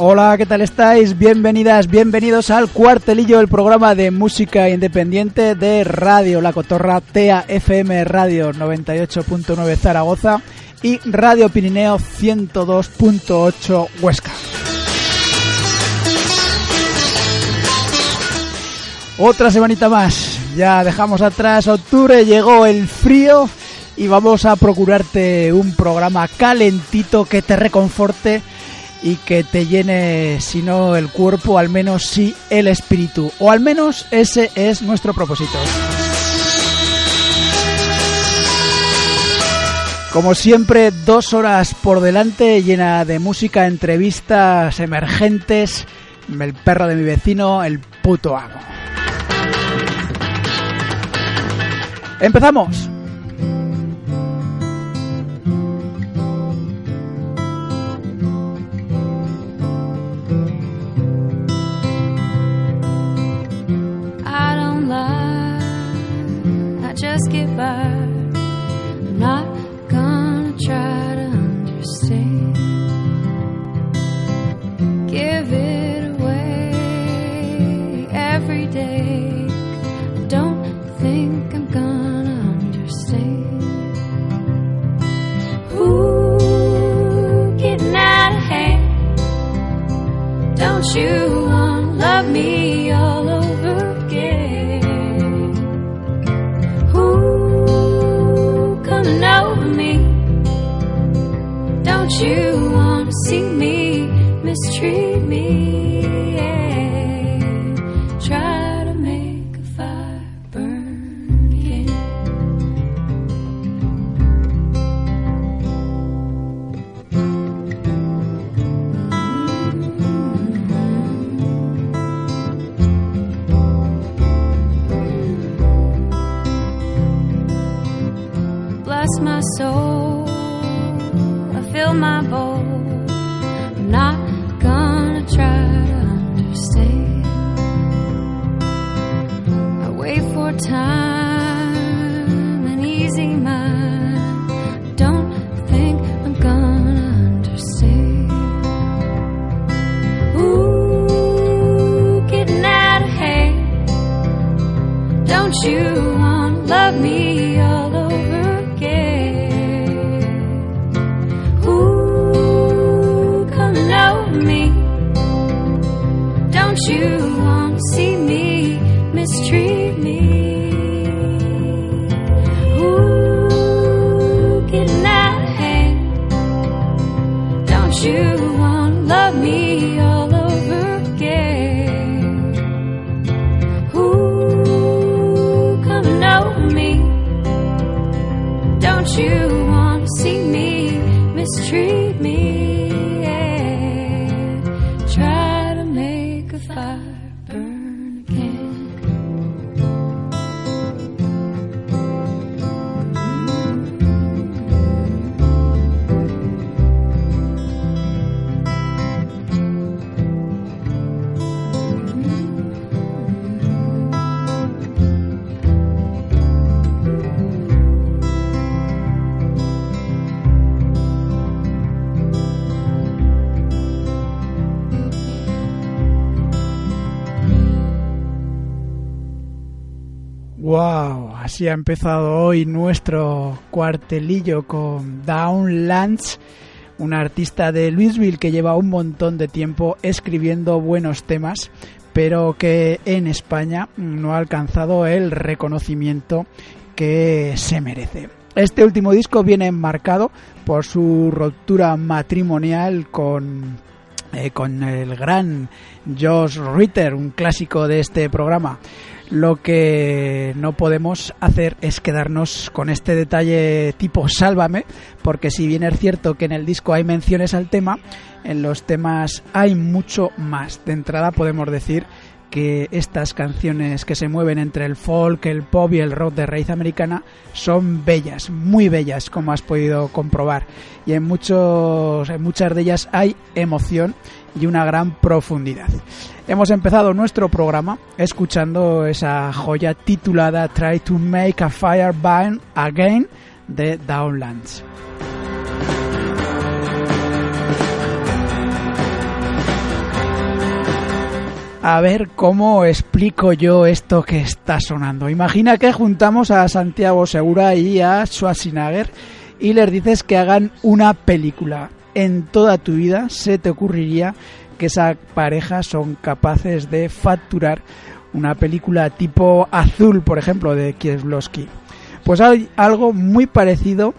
Hola, ¿qué tal estáis? Bienvenidas, bienvenidos al Cuartelillo, el programa de música independiente de Radio La Cotorra, TEA-FM Radio 98.9 Zaragoza y Radio Pirineo 102.8 Huesca. Otra semanita más, ya dejamos atrás octubre, llegó el frío y vamos a procurarte un programa calentito que te reconforte y que te llene, si no el cuerpo, al menos sí el espíritu. O al menos ese es nuestro propósito. Como siempre, 2 horas por delante, llena de música, entrevistas emergentes, el perro de mi vecino, el puto amo. ¡Empezamos! Just get by. I'm not gonna try to understand. Give it away every day. I don't think I'm gonna understand. Ooh, getting out of hand. Don't you wanna love me all over again? Over me. Don't you wanna see me mistreat me? Yeah. Try to make a fire burn again. Bless my soul, I fill my bowl. I'm not gonna try to understand. I wait for time, an easy mind. I don't think I'm gonna understand. Ooh, getting out of hand. Don't you wanna love me all over? Don't you want to see me mistreat me? Ooh, getting out of hand. Don't you want to love me all over again? Ooh, coming over me. Don't you want to see me mistreat me? Wow, así ha empezado hoy nuestro cuartelillo con Downlands, una artista de Louisville que lleva un montón de tiempo escribiendo buenos temas, pero que en España no ha alcanzado el reconocimiento que se merece. Este último disco viene enmarcado por su ruptura matrimonial con el gran Josh Ritter, un clásico de este programa. Lo que no podemos hacer es quedarnos con este detalle tipo Sálvame, porque si bien es cierto que en el disco hay menciones al tema, en los temas hay mucho más. De entrada podemos decir que estas canciones que se mueven entre el folk, el pop y el rock de raíz americana son bellas, muy bellas, como has podido comprobar, y en muchas de ellas hay emoción y una gran profundidad. Hemos empezado nuestro programa escuchando esa joya titulada Try to Make a Fire Burn Again de Downlands. A ver cómo explico yo esto que está sonando. Imagina que juntamos a Santiago Segura y a Schwarzenegger y les dices que hagan una película. En toda tu vida se te ocurriría que esa pareja son capaces de facturar una película tipo Azul, por ejemplo, de Kieslowski. Pues hay algo muy parecido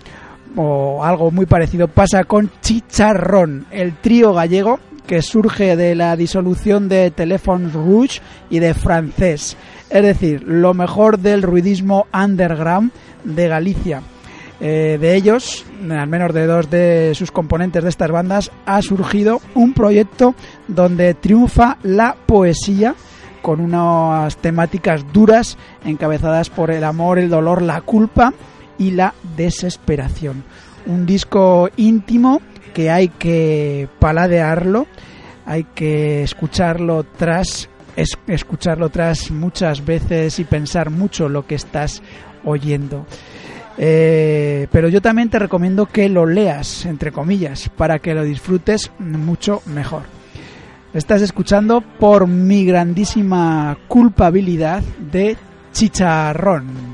pasa con Chicharrón, el trío gallego que surge de la disolución de Téléphone Rouge y de Francés, es decir, lo mejor del ruidismo underground de Galicia. De ellos, al menos de dos de sus componentes de estas bandas, ha surgido un proyecto donde triunfa la poesía con unas temáticas duras encabezadas por el amor, el dolor, la culpa y la desesperación. Un disco íntimo que hay que paladearlo, hay que escucharlo tras muchas veces y pensar mucho lo que estás oyendo. Pero yo también te recomiendo que lo leas, entre comillas, para que lo disfrutes mucho mejor. Estás escuchando Por mi grandísima culpabilidad de Chicharrón.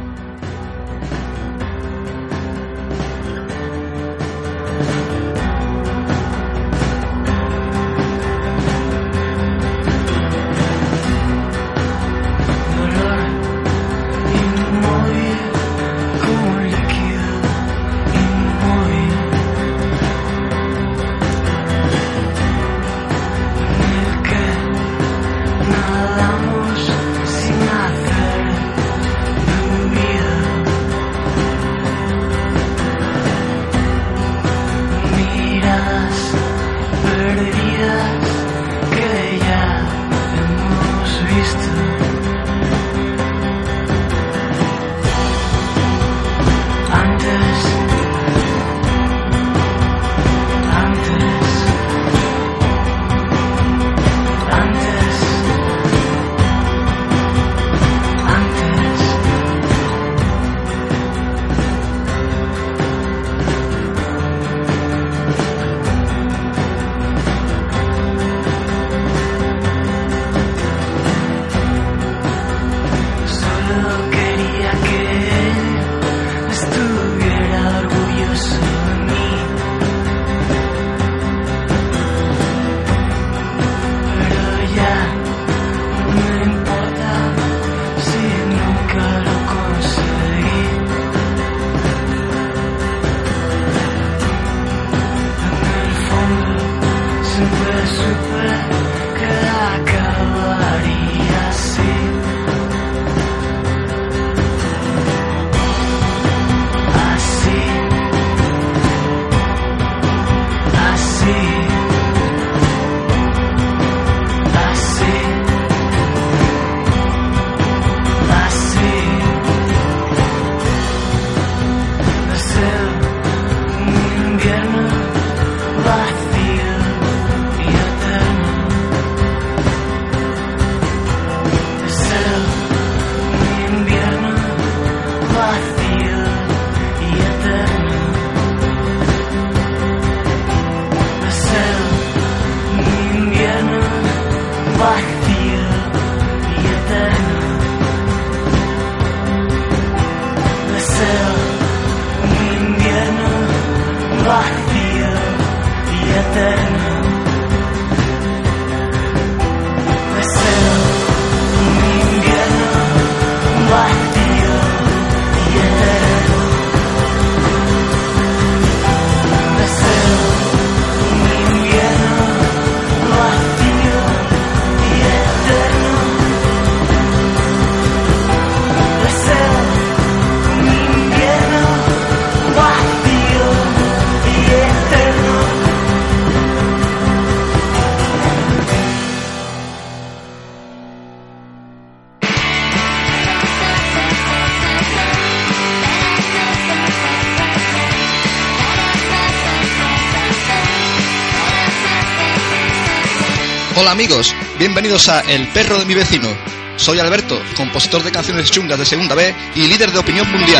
Hola amigos, bienvenidos a El perro de mi vecino. Soy Alberto, compositor de canciones chungas de segunda B y líder de opinión mundial.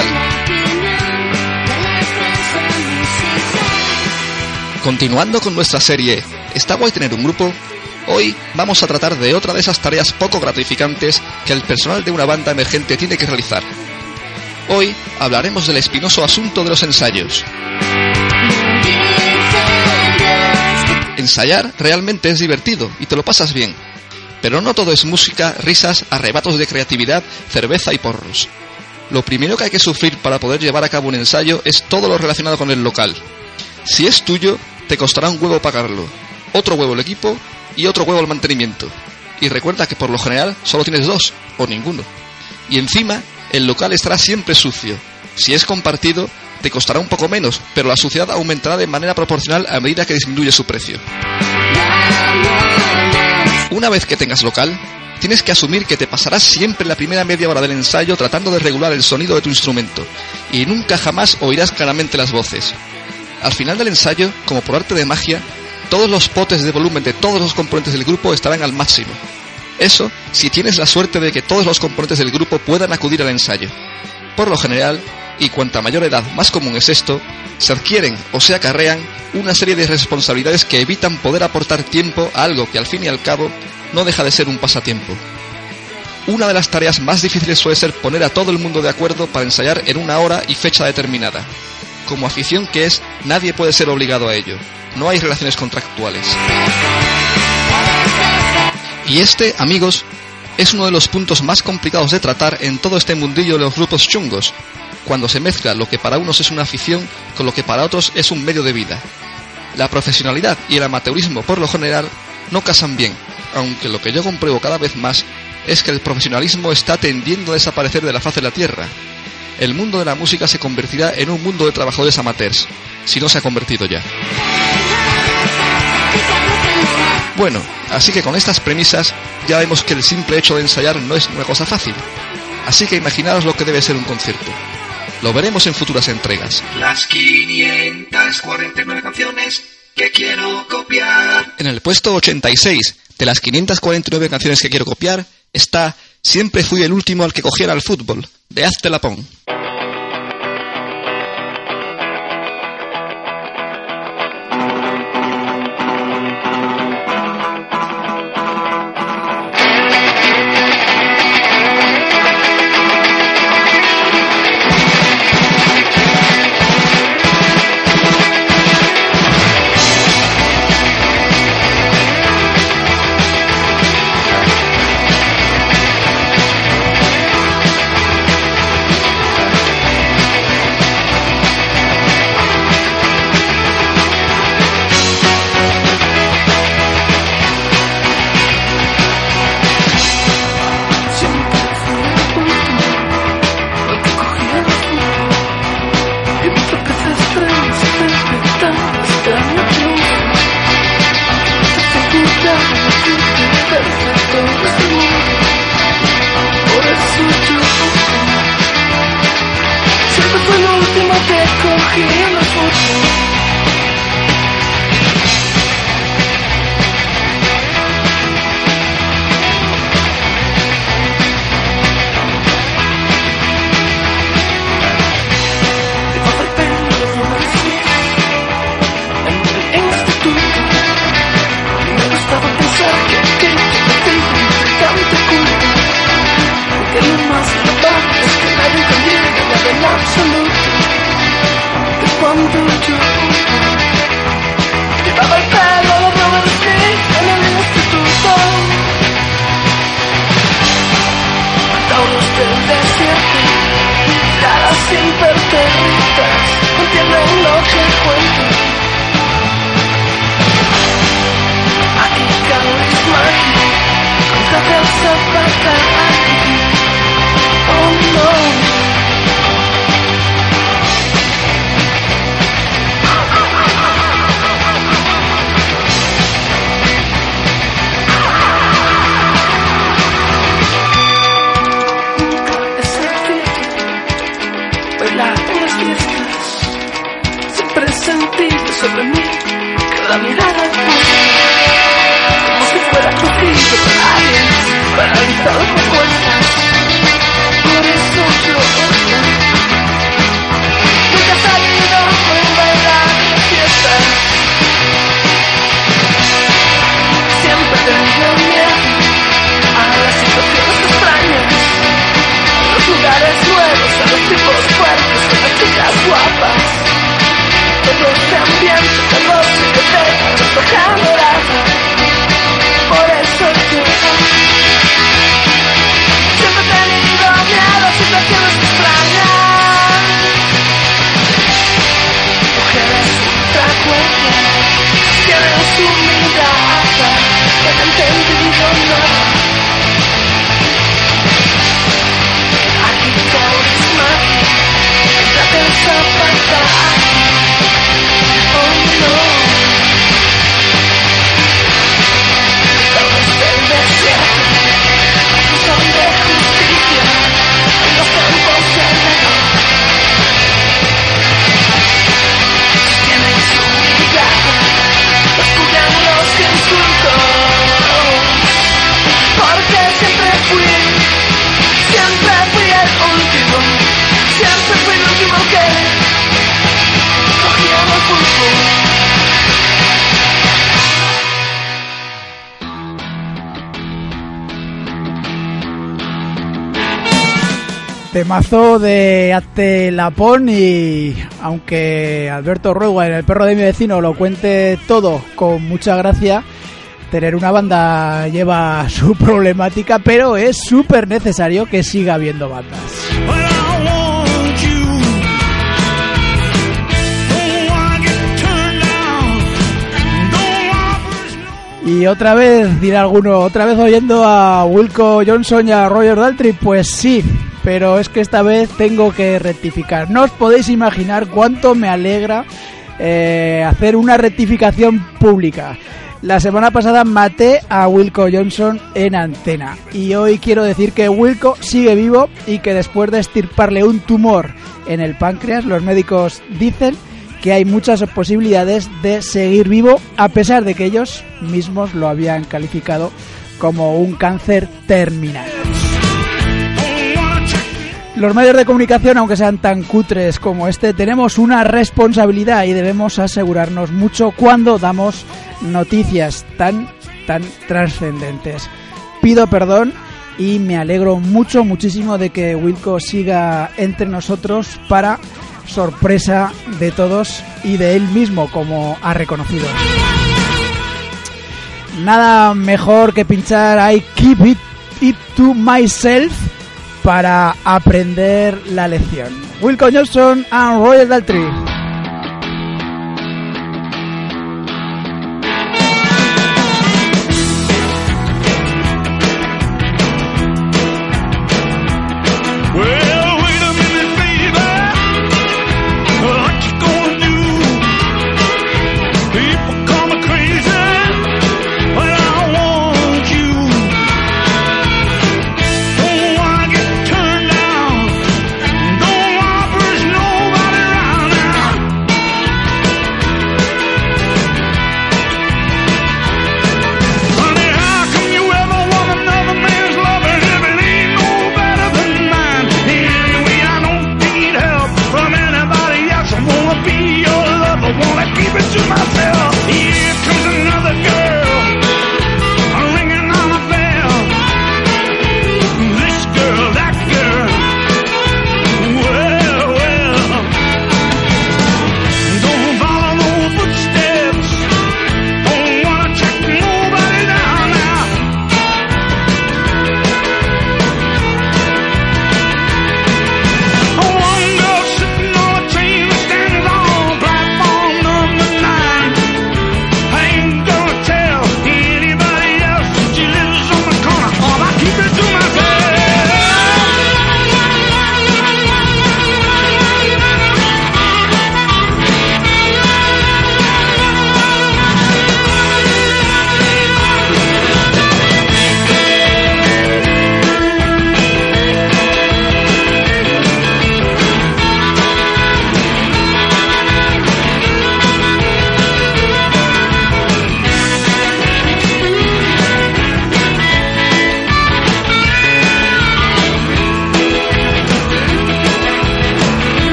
Continuando con nuestra serie ¿Está guay tener un grupo? Hoy vamos a tratar de otra de esas tareas poco gratificantes que el personal de una banda emergente tiene que realizar. Hoy hablaremos del espinoso asunto de los ensayos. Ensayar realmente es divertido y te lo pasas bien, pero no todo es música, risas, arrebatos de creatividad, cerveza y porros. Lo primero que hay que sufrir para poder llevar a cabo un ensayo es todo lo relacionado con el local. Si es tuyo, te costará un huevo pagarlo, otro huevo el equipo y otro huevo el mantenimiento. Y recuerda que por lo general solo tienes 2 o ninguno. Y encima, el local estará siempre sucio. Si es compartido, te costará un poco menos, pero la suciedad aumentará de manera proporcional a medida que disminuye su precio. Una vez que tengas local, tienes que asumir que te pasarás siempre la primera media hora del ensayo tratando de regular el sonido de tu instrumento, y nunca jamás oirás claramente las voces. Al final del ensayo, como por arte de magia, todos los potes de volumen de todos los componentes del grupo estarán al máximo. Eso si tienes la suerte de que todos los componentes del grupo puedan acudir al ensayo. Por lo general, y cuanta mayor edad más común es esto, se adquieren o se acarrean una serie de responsabilidades que evitan poder aportar tiempo a algo que al fin y al cabo no deja de ser un pasatiempo. Una de las tareas más difíciles suele ser poner a todo el mundo de acuerdo para ensayar en una hora y fecha determinada. Como afición que es, nadie puede ser obligado a ello. No hay relaciones contractuales. Y este, amigos, es uno de los puntos más complicados de tratar en todo este mundillo de los grupos chungos, cuando se mezcla lo que para unos es una afición con lo que para otros es un medio de vida. La profesionalidad y el amateurismo por lo general no casan bien, aunque lo que yo compruebo cada vez más es que el profesionalismo está tendiendo a desaparecer de la faz de la tierra. El mundo de la música se convertirá en un mundo de trabajadores amateurs, si no se ha convertido ya. Bueno, así que con estas premisas ya vemos que el simple hecho de ensayar no es una cosa fácil. Así que imaginaos lo que debe ser un concierto. Lo veremos en futuras entregas. Las 549 canciones que quiero copiar. En el puesto 86 de las 549 canciones que quiero copiar está Siempre fui el último al que cogiera el fútbol, de Hazte la Pon. Sobre mí, cada mirada como si fuera cogido por alguien, paralizado por fuerzas. Por eso yo nunca he salido a bailar la fiesta. Siempre Pienso que vos te dejas tocando la por eso yo siempre he tenido miedo a situaciones extrañas. Mujeres ultracuerdas tienen su mirada que no he entendido nada. Aquí todo es magia, la tensa pantalla. Oh no. Son de justicia en los campos del reloj. Tienen su mirada, escuchan los insultos. Porque siempre fui el último. Siempre fui el último que cogía el pulso. Temazo de Hazte Lapón, y aunque Alberto Ruega en El perro de mi vecino lo cuente todo con mucha gracia, tener una banda lleva su problemática, pero es súper necesario que siga habiendo bandas. Y otra vez, dirá alguno, otra vez oyendo a Wilco Johnson y a Roger Daltrey, pues sí, pero es que esta vez tengo que rectificar. No os podéis imaginar cuánto me alegra hacer una rectificación pública. La semana pasada maté a Wilco Johnson en antena, y hoy quiero decir que Wilco sigue vivo y que después de extirparle un tumor en el páncreas, los médicos dicen que hay muchas posibilidades de seguir vivo, a pesar de que ellos mismos lo habían calificado como un cáncer terminal. Los medios de comunicación, aunque sean tan cutres como este, tenemos una responsabilidad y debemos asegurarnos mucho cuando damos noticias tan trascendentes. Pido perdón y me alegro muchísimo de que Wilco siga entre nosotros, para sorpresa de todos y de él mismo, como ha reconocido. Nada mejor que pinchar I Keep It To Myself para aprender la lección. Wilco Johnson and Roger Daltrey.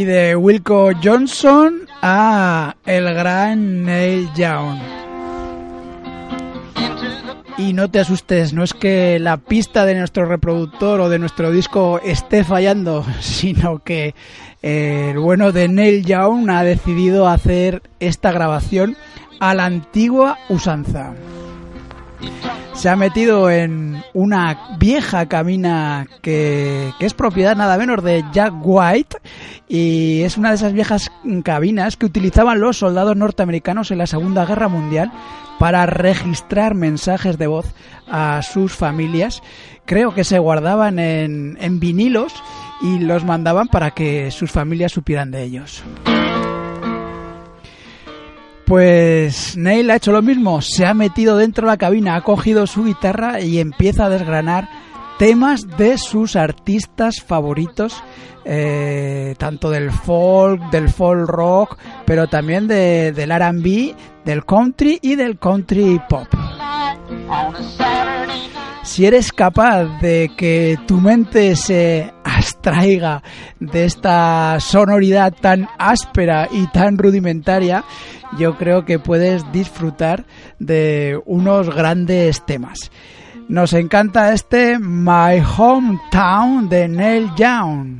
Y de Wilco Johnson a el gran Neil Young. Y no te asustes, no es que la pista de nuestro reproductor o de nuestro disco esté fallando, sino que el bueno de Neil Young ha decidido hacer esta grabación a la antigua usanza. Se ha metido en una vieja cabina que es propiedad nada menos de Jack White, y es una de esas viejas cabinas que utilizaban los soldados norteamericanos en la Segunda Guerra Mundial para registrar mensajes de voz a sus familias. Creo que se guardaban en vinilos y los mandaban para que sus familias supieran de ellos. Pues Neil ha hecho lo mismo, se ha metido dentro de la cabina, ha cogido su guitarra y empieza a desgranar temas de sus artistas favoritos, tanto del folk rock, pero también del R&B, del country y del country pop. Si eres capaz de que tu mente se abstraiga de esta sonoridad tan áspera y tan rudimentaria, yo creo que puedes disfrutar de unos grandes temas. Nos encanta este My Hometown de Neil Young.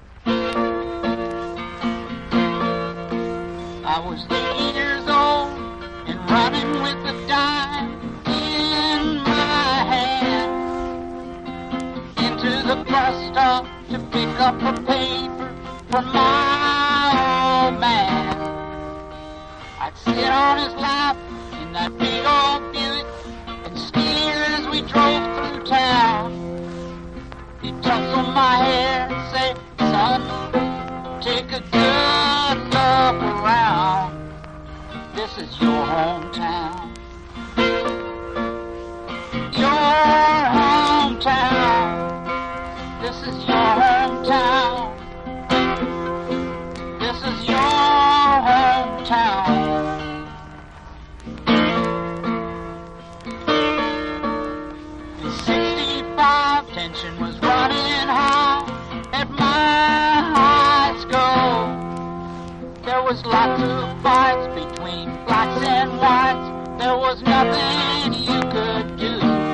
I was 8 years old and running with a dime in my hand into the bus stop to pick up a paper for my old man. I'd sit on his lap in that big old Buick and steer as we drove through town. He'd tussle my hair and say, son, take a good look around. This is your hometown. Your hometown. This is your hometown. This is your hometown. In 65, tension was running high at my high school. There was lots of fights between blacks and whites. There was nothing you could do.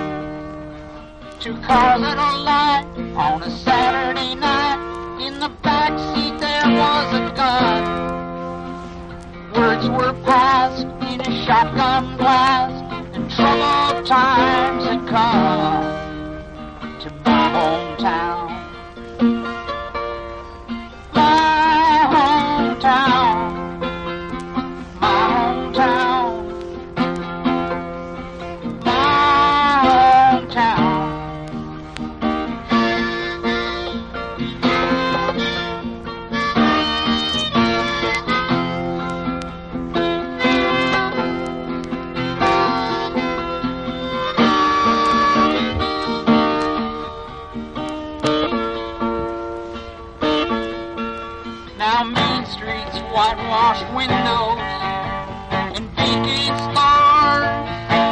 2 cars and a light on a Saturday night. In the back seat there was a gun. Words were passed in a shotgun blast, and troubled times had come to my hometown. My hometown. My hometown. My hometown. Now Main Street's whitewashed windows and vacant stars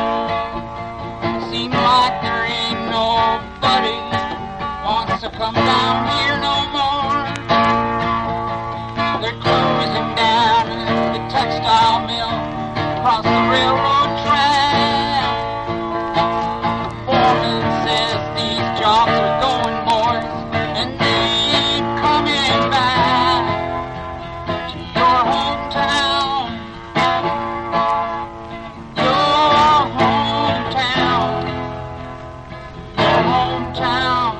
seem like there ain't nobody wants to come down here no more. They're closing down the textile mill across the railroad track. The foreman says these jobs are going, boys, and they ain't coming back. Your hometown, your hometown, your hometown,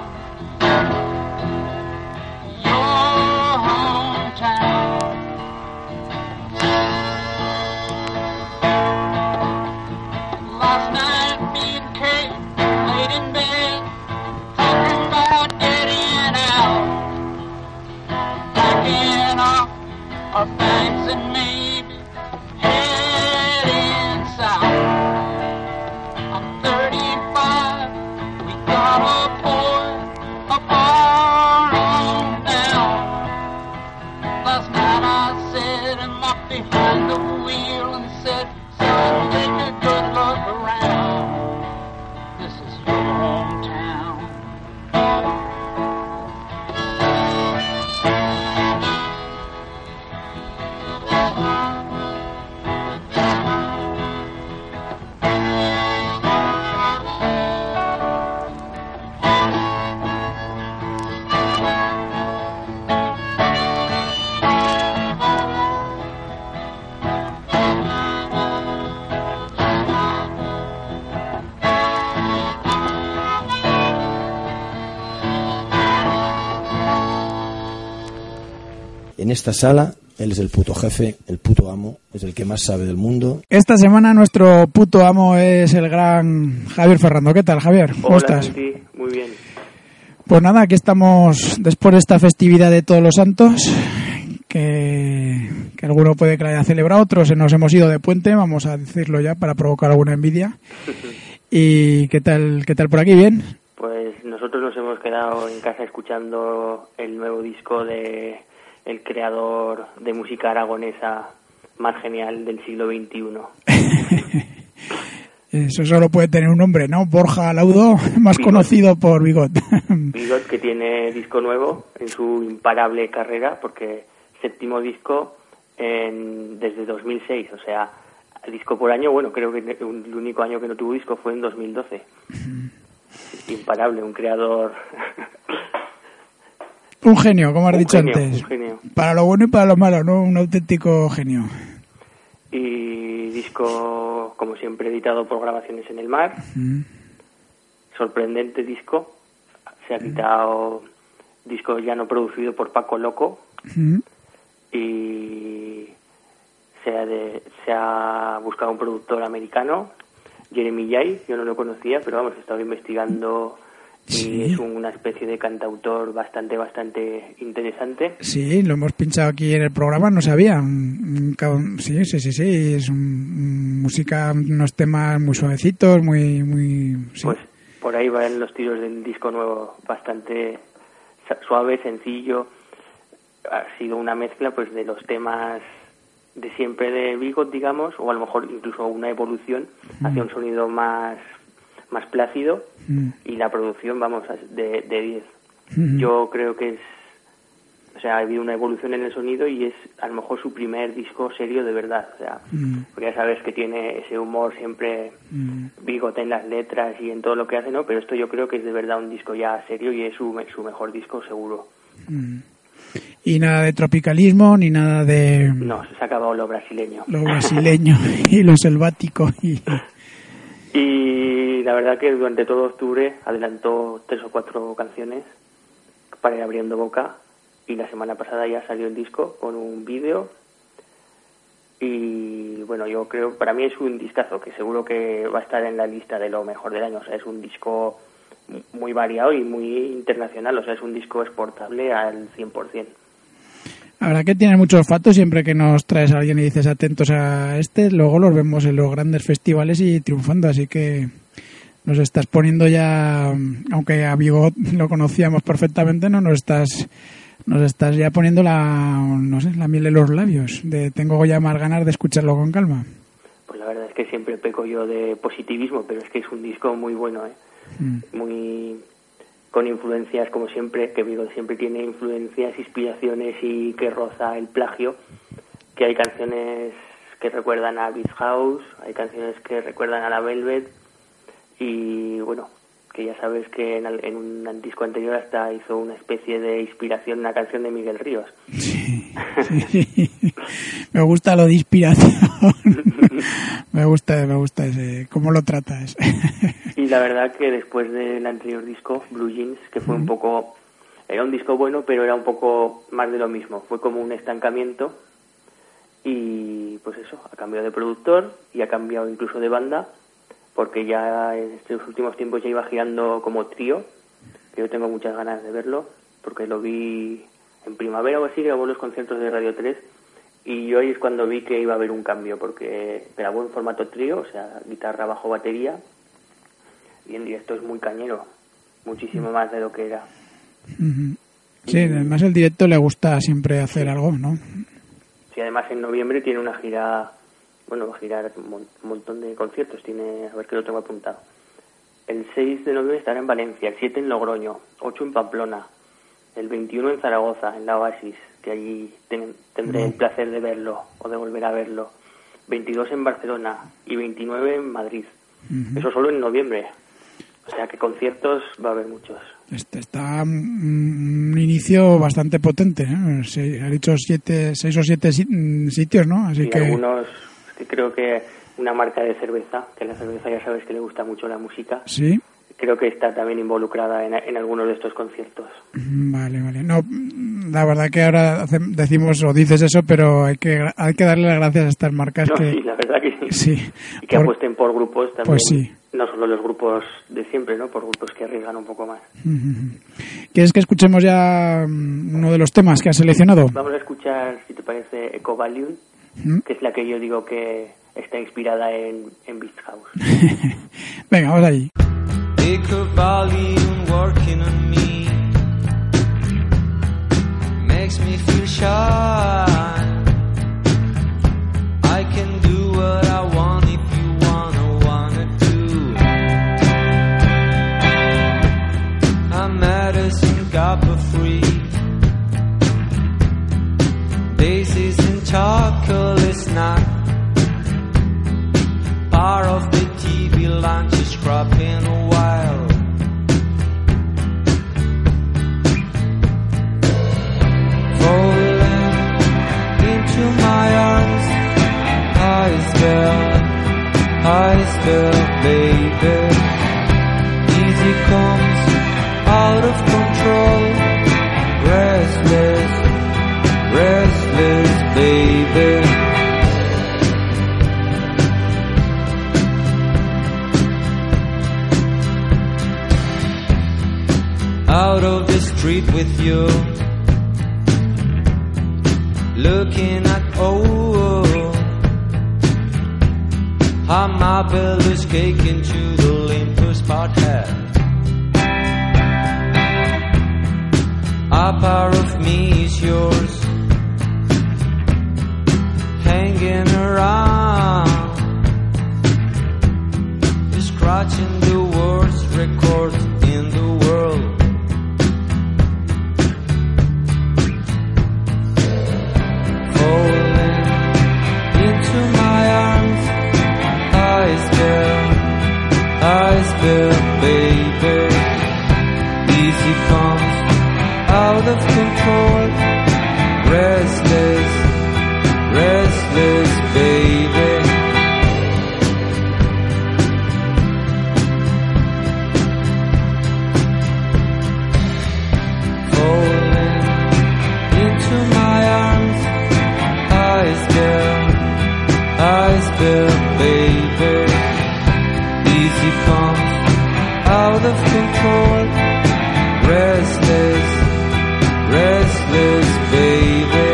your hometown. Last night me and Kate laid in bed, thinking about getting out, packing up our bags and maybe heading south. I'm 35, we got a bar on down. Last night I said I'm up behind the wheel and said, son, take a good look around. En esta sala, él es el puto jefe, el puto amo, es el que más sabe del mundo. Esta semana nuestro puto amo es el gran Javier Ferrando. ¿Qué tal, Javier? ¿Cómo estás? Sí, muy bien. Pues nada, aquí estamos después de esta festividad de Todos los Santos, que alguno puede que la haya celebrado, otros nos hemos ido de puente, vamos a decirlo ya para provocar alguna envidia. ¿Y qué tal por aquí? ¿Bien? Pues nosotros nos hemos quedado en casa escuchando el nuevo disco de el creador de música aragonesa más genial del siglo XXI. Eso solo puede tener un nombre, ¿no? Borja Laudo, más Bigot. conocido por Bigot. Bigot, que tiene disco nuevo en su imparable carrera, porque 7º disco desde 2006, o sea, disco por año. Bueno, creo que el único año que no tuvo disco fue en 2012. Imparable, un creador. Un genio, como has dicho antes. Un genio. Para lo bueno y para lo malo, ¿no? Un auténtico genio. Y disco, como siempre, editado por Grabaciones en el Mar. Sorprendente disco. Se ha quitado disco ya no producido por Paco Loco. Y se ha buscado un productor americano, Jeremy Jay. Yo no lo conocía, pero vamos, he estado investigando. Y es una especie de cantautor bastante interesante. Sí, lo hemos pinchado aquí en el programa, no sabía. Sí, es música, unos temas muy suavecitos, muy... Sí. Pues por ahí van los tiros del disco nuevo, bastante suave, sencillo. Ha sido una mezcla pues de los temas de siempre de Bigot, digamos, o a lo mejor incluso una evolución hacia un sonido más plácido, y la producción, vamos, de 10. Yo creo que ha habido una evolución en el sonido y es a lo mejor su primer disco serio de verdad, o sea, porque ya sabes que tiene ese humor siempre Bigot en las letras y en todo lo que hace, ¿no? Pero esto yo creo que es de verdad un disco ya serio y es su mejor disco seguro. Y nada de tropicalismo, ni nada de... No, se ha acabado lo brasileño. Lo brasileño y lo selvático. Y la verdad que durante todo octubre adelantó 3 o 4 canciones para ir abriendo boca, y la semana pasada ya salió el disco con un vídeo. Y bueno, yo creo, para mí es un discazo que seguro que va a estar en la lista de lo mejor del año. O sea, es un disco muy variado y muy internacional, o sea, es un disco exportable al 100%. La verdad que tiene mucho olfato. Siempre que nos traes a alguien y dices atentos a luego los vemos en los grandes festivales y triunfando, así que nos estás poniendo ya, aunque a Bigot lo conocíamos perfectamente, no nos estás ya poniendo la miel en los labios. Tengo ya más ganas de escucharlo con calma. Pues la verdad es que siempre peco yo de positivismo, pero es que es un disco muy bueno, muy con influencias, como siempre, que Bigot siempre tiene influencias, inspiraciones y que roza el plagio, que hay canciones que recuerdan a Beach House, hay canciones que recuerdan a la Velvet, y bueno, que ya sabes que en un disco anterior hasta hizo una especie de inspiración, una canción de Miguel Ríos. Sí. Me gusta lo de inspiración. me gusta ese, cómo lo tratas. Y la verdad que después del anterior disco, Blue Jeans, que fue era un disco bueno, pero era un poco más de lo mismo. Fue como un estancamiento, y pues eso, ha cambiado de productor y ha cambiado incluso de banda, porque ya en estos últimos tiempos ya iba girando como trío, que yo tengo muchas ganas de verlo, porque lo vi en primavera o así, grabó los conciertos de Radio 3, y yo ahí es cuando vi que iba a haber un cambio, porque grabó en formato trío, o sea, guitarra, bajo, batería, y en directo es muy cañero, muchísimo más de lo que era. Sí, además el directo le gusta siempre hacer algo, ¿no? Sí, además en noviembre tiene una gira, bueno, va a girar un montón de conciertos, a ver que lo tengo apuntado. El 6 de noviembre estará en Valencia, el 7 en Logroño, 8 en Pamplona, el 21 en Zaragoza, en la Oasis, que allí tendré el placer de verlo o de volver a verlo, 22 en Barcelona y 29 en Madrid. Eso solo en noviembre. O sea que conciertos va a haber muchos. Está un inicio bastante potente, ¿eh? Ha dicho 6 o 7 sitios, ¿no? Así que algunos, que creo que una marca de cerveza, que la cerveza ya sabes que le gusta mucho la música. Sí. Creo que está también involucrada en algunos de estos conciertos. Vale. No, la verdad que ahora decimos o dices eso, pero hay que darle las gracias a estas marcas No, que... sí, la verdad que Sí. Y que apuesten por grupos también. Pues sí. No solo los grupos de siempre, ¿no? Por grupos que arriesgan un poco más. ¿Quieres que escuchemos ya uno de los temas que has seleccionado? Vamos a escuchar, si te parece, Ecovalium, que es la que yo digo que está inspirada en Beach House. Venga, vamos allí. Ecovalium working on me makes me feel shy. I can do what I want if you wanna do. I'm medicine copper free. Daisies and chocolate snack. Part of the TV lunch is cropping a while. Falling into my arms, I still, baby. Easy comes out of control. Restless, baby. Out of the street with you, looking at how my belly's caking to the Olympus pothead. A part of me is yours, hanging around, scratching the words recorded in the world. Falling into my arms, I still, baby. Easy comes out of control. Restless, baby. Falling into my arms, I still, baby. Easy comes out of control. Restless, baby.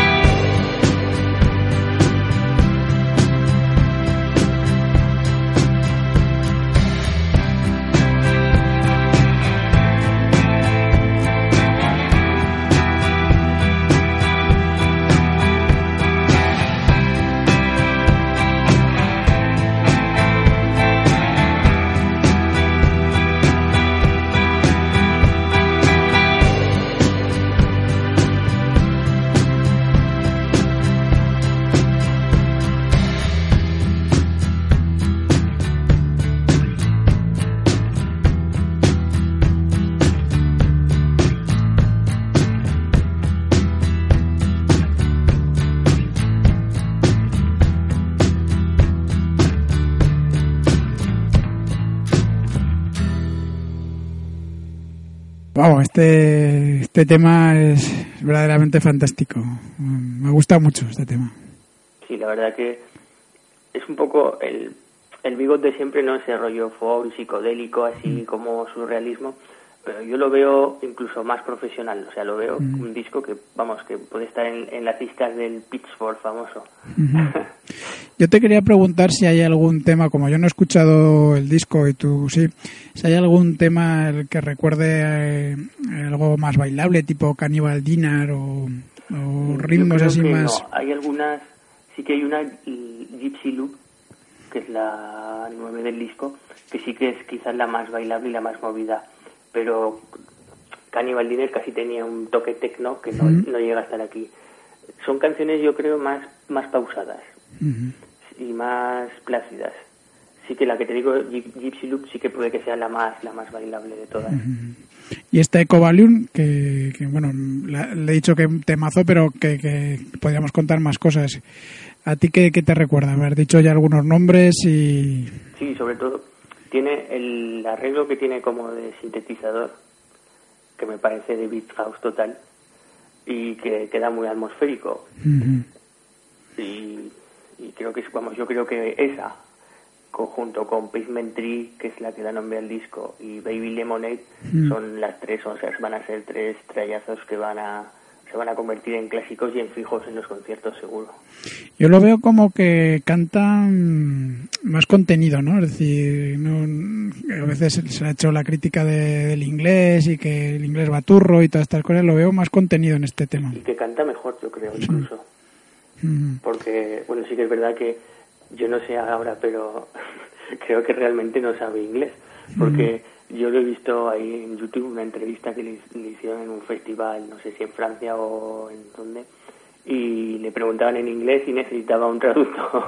Wow, este tema es verdaderamente fantástico. Me gusta mucho este tema. Sí, la verdad que es un poco el Bigot de siempre, ¿no? Ese rollo folk, psicodélico, así como surrealismo, pero yo lo veo incluso más profesional. O sea, lo veo como un disco que, vamos, que puede estar en las listas del Pitchfork famoso. Yo te quería preguntar si hay algún tema, como yo no he escuchado el disco y tú sí, si hay algún tema el que recuerde algo más bailable, tipo Cannibal Dinner o ritmos así más... No, hay algunas, sí que hay una, Gypsy Loop, que es la 9 del disco, que sí que es quizás la más bailable y la más movida, pero Cannibal Dinner casi tenía un toque techno que no llega a estar aquí. Son canciones, yo creo, más pausadas y más plácidas. Sí que la que te digo, Gypsy Loop, sí que puede que sea la más bailable de todas. Y esta Ecovalium, que bueno, le he dicho que temazo, pero que podríamos contar más cosas. ¿A ti qué te recuerda? Haber dicho ya algunos nombres y... Sí, sobre todo tiene el arreglo que tiene como de sintetizador, que me parece de Beat House total. y que queda muy atmosférico. Ujú. Y creo que, vamos, yo creo que esa, junto con Pavement Tree, que es la que da nombre al disco, y Baby Lemonade, son las tres, o sea, van a ser tres trayazos que se van a convertir en clásicos y en fijos en los conciertos, seguro. Yo lo veo como que cantan más contenido, ¿no? Es decir, a veces se ha hecho la crítica del inglés y que el inglés baturro y todas estas cosas, lo veo más contenido en este tema. Y que canta mejor, yo creo, incluso. Porque, bueno, sí que es verdad que yo no sé ahora, pero creo que realmente no sabe inglés. Porque yo lo he visto ahí en YouTube, una entrevista que le hicieron en un festival, no sé si en Francia o en dónde, y le preguntaban en inglés y necesitaba un traductor.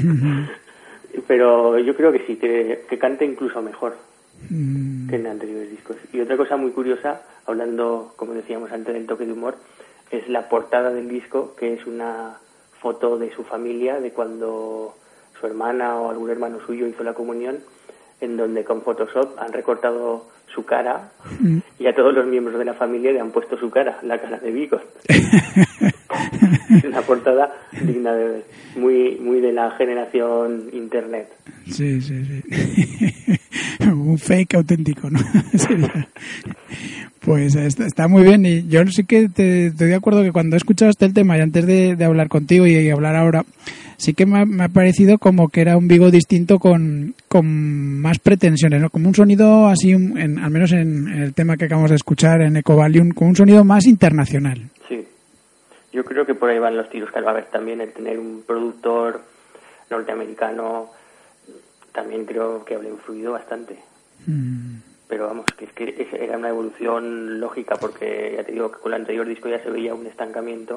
Pero yo creo que sí, que canta incluso mejor que en anteriores discos. Y otra cosa muy curiosa, hablando, como decíamos antes, del toque de humor, es la portada del disco, que es una foto de su familia, de cuando su hermana o algún hermano suyo hizo la comunión, en donde con Photoshop han recortado su cara y a todos los miembros de la familia le han puesto su cara, la cara de Bigot. Es una portada digna de ver, muy de la generación internet. Sí. Un fake auténtico, ¿no? Pues está muy bien, y yo sí que estoy de acuerdo que cuando he escuchado el tema y antes de hablar contigo y hablar ahora, sí que me ha parecido como que era un Bigot distinto con más pretensiones, ¿no? Como un sonido así, al menos en el tema que acabamos de escuchar, en Ecovalium, con un sonido más internacional. Sí, yo creo que por ahí van los tiros, que va a haber también el tener un productor norteamericano, también creo que habrá influido bastante. Pero vamos, que es que era una evolución lógica, porque ya te digo que con el anterior disco ya se veía un estancamiento.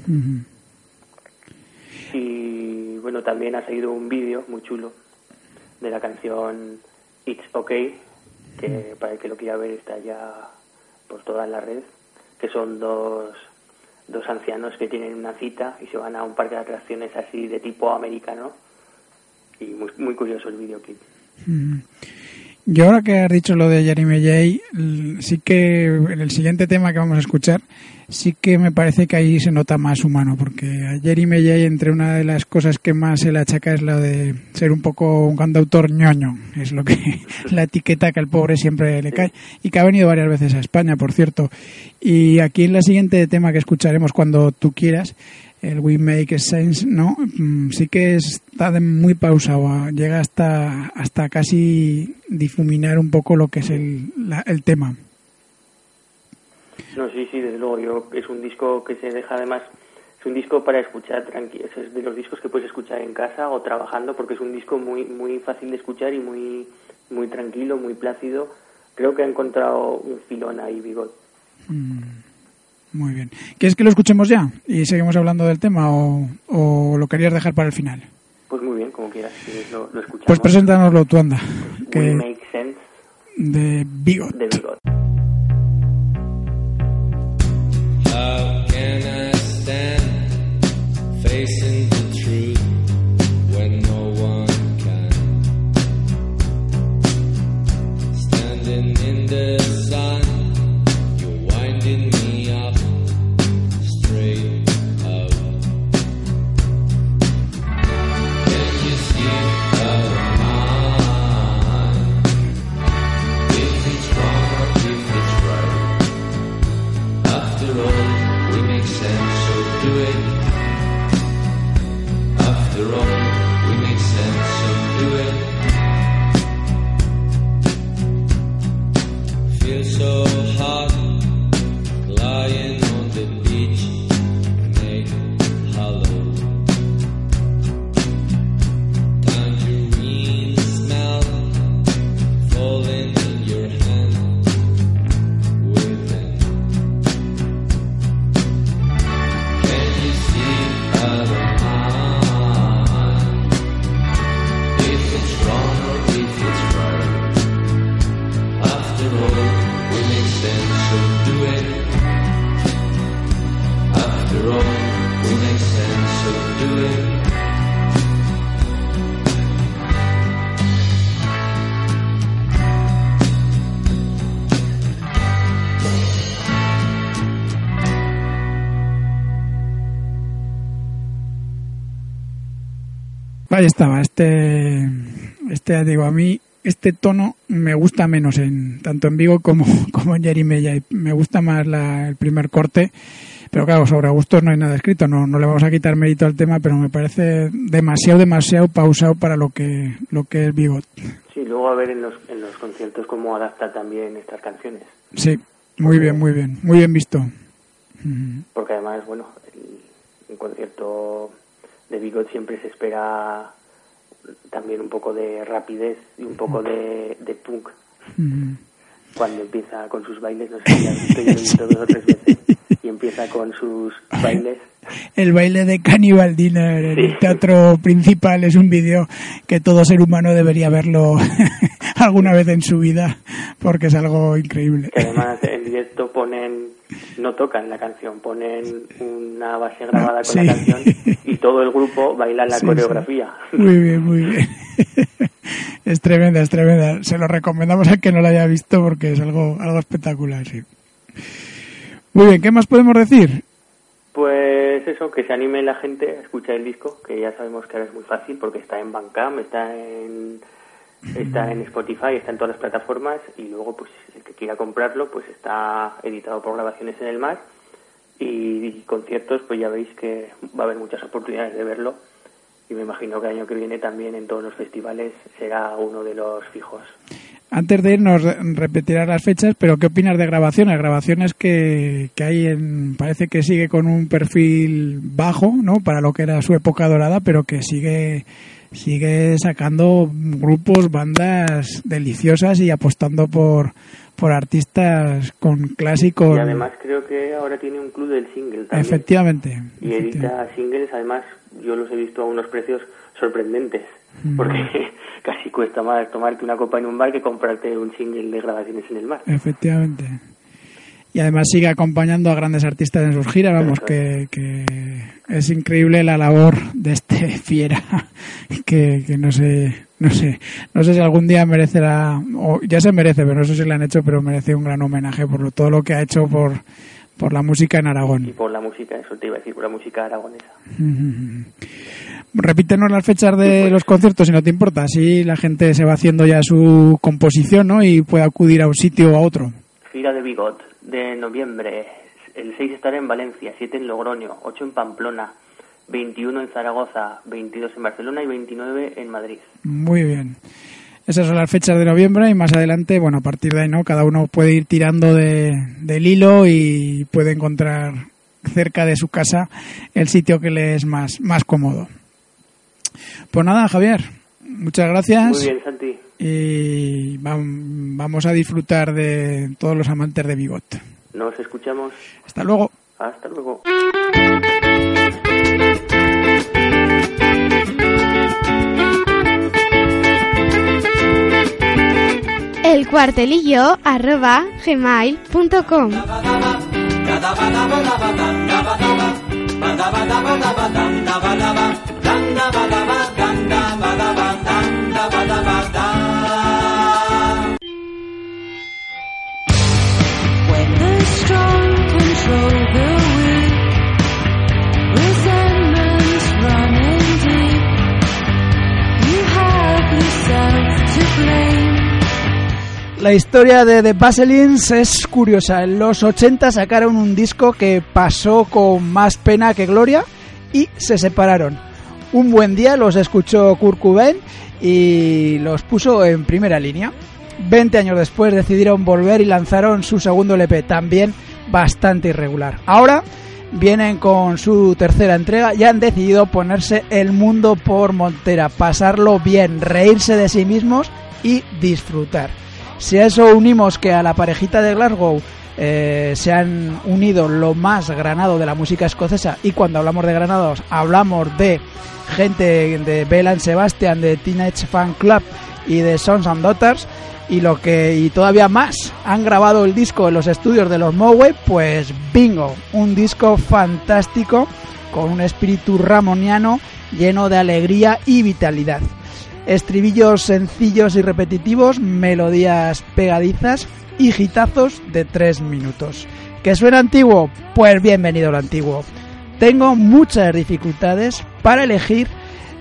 Y bueno, también ha salido un vídeo muy chulo de la canción It's Okay, que para el que lo quiera ver está ya por toda la red, que son dos ancianos que tienen una cita y se van a un parque de atracciones así de tipo americano, y muy curioso el videoclip. Yo ahora que has dicho lo de Jeremy Jay, sí que en el siguiente tema que vamos a escuchar, sí que me parece que ahí se nota más humano, porque a Jeremy Jay, entre una de las cosas que más se le achaca es la de ser un poco un cantautor ñoño, es lo que la etiqueta que al pobre siempre le cae, y que ha venido varias veces a España, por cierto. Y aquí en la siguiente tema que escucharemos, Cuando tú quieras, el We Make Sense, ¿no? Sí que está muy pausado, llega hasta casi difuminar un poco lo que es el tema. No, sí, desde luego. Es un disco que se deja, además, es un disco para escuchar tranquilo. Es de los discos que puedes escuchar en casa o trabajando, porque es un disco muy fácil de escuchar y muy tranquilo, muy plácido. Creo que ha encontrado un filón ahí, Bigot. Muy bien. ¿Quieres que lo escuchemos ya y seguimos hablando del tema o lo querías dejar para el final? Pues muy bien, como quieras. Lo escuchamos. Pues preséntanoslo tú, anda. We Make Sense. De Bigot. How can I stand facing the truth when no one can? Standing in the sun, you're winding me up straight out. Can you see how mine? Is it strong or Ahí estaba, digo, a mí este tono me gusta menos tanto en Vigo como en Jerimella, y me gusta más el primer corte, pero claro, sobre gustos no hay nada escrito, no le vamos a quitar mérito al tema, pero me parece demasiado pausado para lo que es Bigot. Sí, luego a ver en los conciertos cómo adapta también estas canciones. Sí, muy bien visto. Porque además, bueno, un concierto de Bigot siempre se espera también un poco de rapidez y un poco de punk. Cuando empieza con sus bailes, no sé si has visto, yo lo he visto 2 o 3 veces, y empieza con sus bailes. El baile de Cannibal Dinner en el teatro principal es un vídeo que todo ser humano debería verlo alguna vez en su vida, porque es algo increíble. Que además en directo no tocan la canción, ponen una base grabada con la canción y todo el grupo baila la coreografía. Sí. Muy bien. Es tremenda. Se lo recomendamos al que no lo haya visto porque es algo espectacular, sí. Muy bien, ¿qué más podemos decir? Pues eso, que se anime la gente a escuchar el disco, que ya sabemos que ahora es muy fácil porque está en Bandcamp, está en Spotify, está en todas las plataformas, y luego pues el que quiera comprarlo pues está editado por Grabaciones en el Mar, y conciertos pues ya veis que va a haber muchas oportunidades de verlo, y me imagino que el año que viene también en todos los festivales será uno de los fijos. Antes de irnos, repetirás las fechas, pero ¿qué opinas de Grabaciones? Grabaciones que hay parece que sigue con un perfil bajo, ¿no? Para lo que era su época dorada, pero que sigue sacando grupos, bandas deliciosas y apostando por artistas con clásicos. Y además creo que ahora tiene un club del single también. Efectivamente. Y edita singles, además yo los he visto a unos precios sorprendentes, porque casi cuesta más tomarte una copa en un bar que comprarte un single de Grabaciones en el Mar. Efectivamente. Y además sigue acompañando a grandes artistas en sus giras, vamos, que es increíble la labor de este fiera, que no sé si algún día merecerá, o ya se merece, pero no sé si le han hecho, pero merece un gran homenaje por todo lo que ha hecho por la música en Aragón. Y por la música, eso te iba a decir, por la música aragonesa. Repítenos las fechas de los conciertos, si no te importa, así la gente se va haciendo ya su composición, ¿no? Y puede acudir a un sitio o a otro. Gira de Bigot, de noviembre. El 6 estará en Valencia, 7 en Logroño, 8 en Pamplona, 21 en Zaragoza, 22 en Barcelona y 29 en Madrid. Muy bien. Esas son las fechas de noviembre, y más adelante, bueno, a partir de ahí, ¿no? Cada uno puede ir tirando del hilo y puede encontrar cerca de su casa el sitio que le es más cómodo. Pues nada, Javier, muchas gracias. Muy bien, Santi. Y vamos a disfrutar de todos los amantes de Bigot. Nos escuchamos. Hasta luego. Hasta luego. elcuartelillo@gmail.com. When the strong control the weak, resentments running deep, you have yourself to blame. La historia de The Baselines es curiosa. En los 80 sacaron un disco que pasó con más pena que gloria y se separaron. Un buen día los escuchó Kurt Cobain y los puso en primera línea. 20 años después decidieron volver y lanzaron su segundo LP, también bastante irregular. Ahora vienen con su tercera entrega y han decidido ponerse el mundo por montera, pasarlo bien, reírse de sí mismos y disfrutar. Si a eso unimos que a la parejita de Glasgow se han unido lo más granado de la música escocesa, y cuando hablamos de granados hablamos de gente de Belle and Sebastian, de Teenage Fan Club y de Sons and Daughters, y todavía más han grabado el disco en los estudios de los Moway, pues bingo, un disco fantástico con un espíritu ramoniano lleno de alegría y vitalidad. Estribillos sencillos y repetitivos, melodías pegadizas y hitazos de 3 minutos. ¿Que suena antiguo? Pues bienvenido a lo antiguo. Tengo muchas dificultades para elegir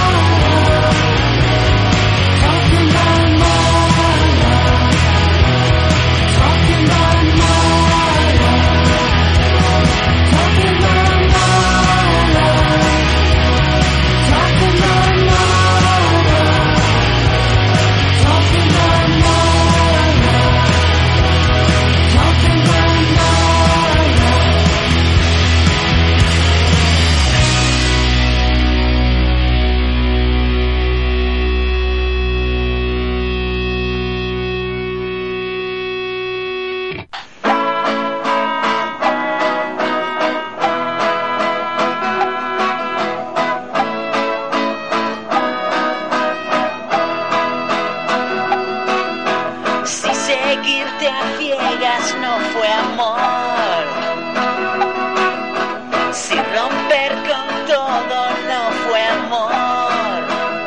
Seguirte a ciegas no fue amor. Si romper con todo no fue amor.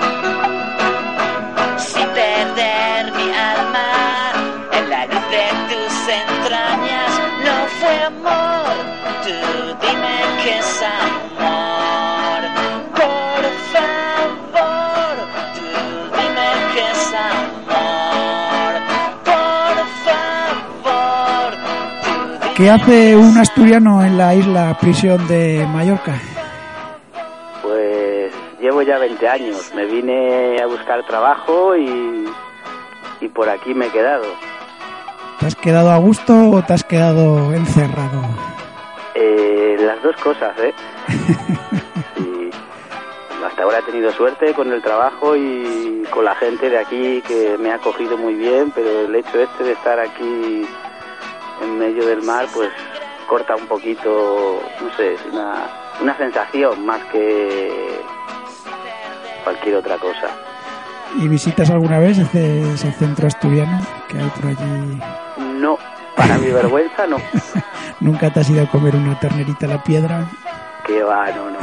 Si perder mi alma en la luz de tus entrañas no fue amor. Tú dime que es amor, por favor. Tú dime que es amor, por favor. ¿Qué hace un asturiano en la isla prisión de Mallorca? Pues llevo ya 20 años. Me vine a buscar trabajo y y por aquí me he quedado. ¿Te has quedado a gusto o te has quedado encerrado? Las dos cosas, ¿eh? Y hasta ahora he tenido suerte con el trabajo y con la gente de aquí que me ha acogido muy bien, pero el hecho de estar aquí en medio del mar, pues corta un poquito, no sé, es una sensación más que cualquier otra cosa. ¿Y visitas alguna vez ese centro asturiano que hay por allí? No, para mi vergüenza no. ¿Nunca te has ido a comer una ternerita a la piedra? Que va, no.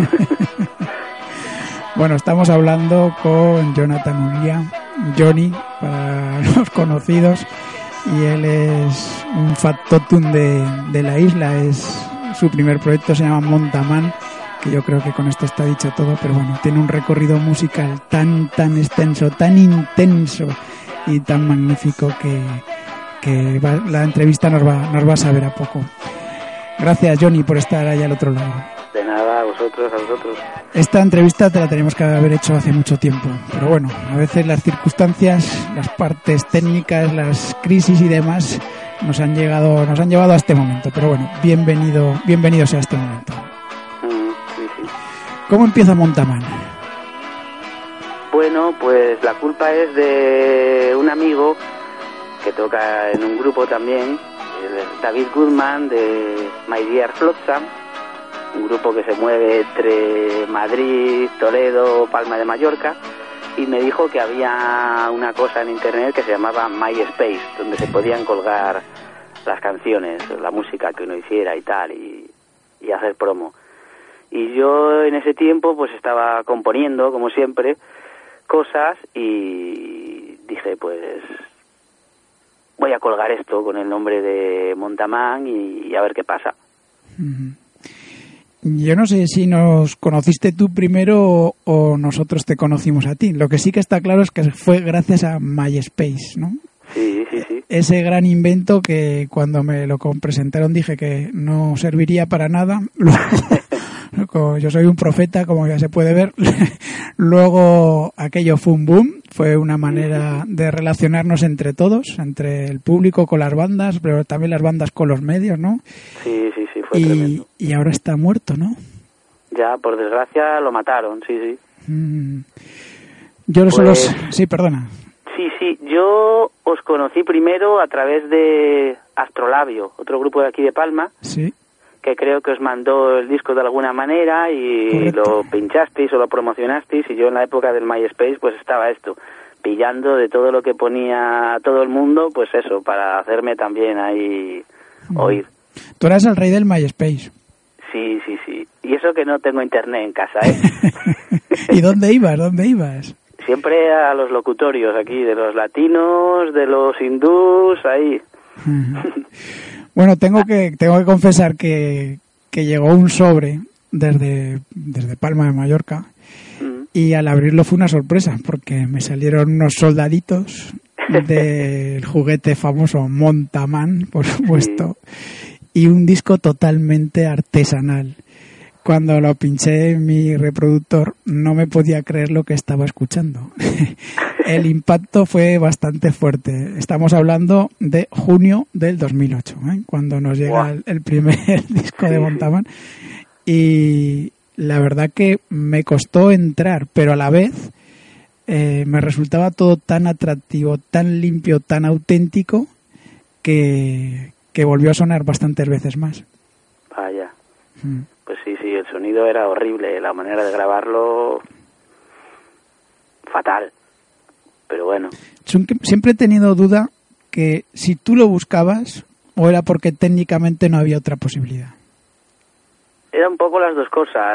Bueno, estamos hablando con Jonathan Uría, Johnny, para los conocidos, y él es un factotum de la isla. Es su primer proyecto, se llama Montaman, que yo creo que con esto está dicho todo, pero bueno, tiene un recorrido musical tan extenso, tan intenso y tan magnífico que la entrevista nos va a saber a poco. Gracias, Johnny, por estar allá al otro lado. De nada, a vosotros. Esta entrevista te la teníamos que haber hecho hace mucho tiempo, pero bueno, a veces las circunstancias, las partes técnicas, las crisis y demás nos han llevado a este momento, pero bueno, bienvenido sea este momento. Sí. ¿Cómo empieza Montaman? Bueno, pues la culpa es de un amigo que toca en un grupo también, David Goodman, de My Dear Flotsam, un grupo que se mueve entre Madrid, Toledo, Palma de Mallorca, y me dijo que había una cosa en internet que se llamaba MySpace, donde se podían colgar las canciones, la música que uno hiciera y tal, y hacer promo. Y yo en ese tiempo pues estaba componiendo, como siempre, cosas, y dije, pues voy a colgar esto con el nombre de Montaman y a ver qué pasa. Yo no sé si nos conociste tú primero o nosotros te conocimos a ti. Lo que sí que está claro es que fue gracias a MySpace, ¿no? Sí. Ese gran invento que cuando me lo presentaron dije que no serviría para nada. Luego, yo soy un profeta, como ya se puede ver. Luego aquello fue un boom, fue una manera de relacionarnos entre todos, entre el público con las bandas, pero también las bandas con los medios, ¿no? Sí, fue tremendo. Y ahora está muerto, ¿no? Ya, por desgracia lo mataron, sí. Yo solo... Sí, perdona. Sí, yo os conocí primero a través de Astrolabio, otro grupo de aquí de Palma. Sí. Que creo que os mandó el disco de alguna manera y correcto, lo pinchasteis o lo promocionasteis, y yo en la época del MySpace pues estaba pillando de todo lo que ponía todo el mundo, pues eso, para hacerme también ahí oír. Tú eras el rey del MySpace. Sí. Y eso que no tengo internet en casa, ¿eh? ¿Y dónde ibas? Siempre a los locutorios aquí, de los latinos, de los hindús, ahí. Bueno, tengo que confesar que llegó un sobre desde Palma de Mallorca y al abrirlo fue una sorpresa porque me salieron unos soldaditos del juguete famoso Montaman, por supuesto, y un disco totalmente artesanal. Cuando lo pinché en mi reproductor no me podía creer lo que estaba escuchando. El impacto fue bastante fuerte. Estamos hablando de junio del 2008, cuando nos llega el primer disco de Montaman. Y la verdad que me costó entrar, pero a la vez me resultaba todo tan atractivo, tan limpio, tan auténtico, que volvió a sonar bastantes veces más. Vaya. Pues sí, el sonido era horrible, la manera de grabarlo fatal, pero bueno. Siempre he tenido duda que si tú lo buscabas o era porque técnicamente no había otra posibilidad. Era un poco las dos cosas.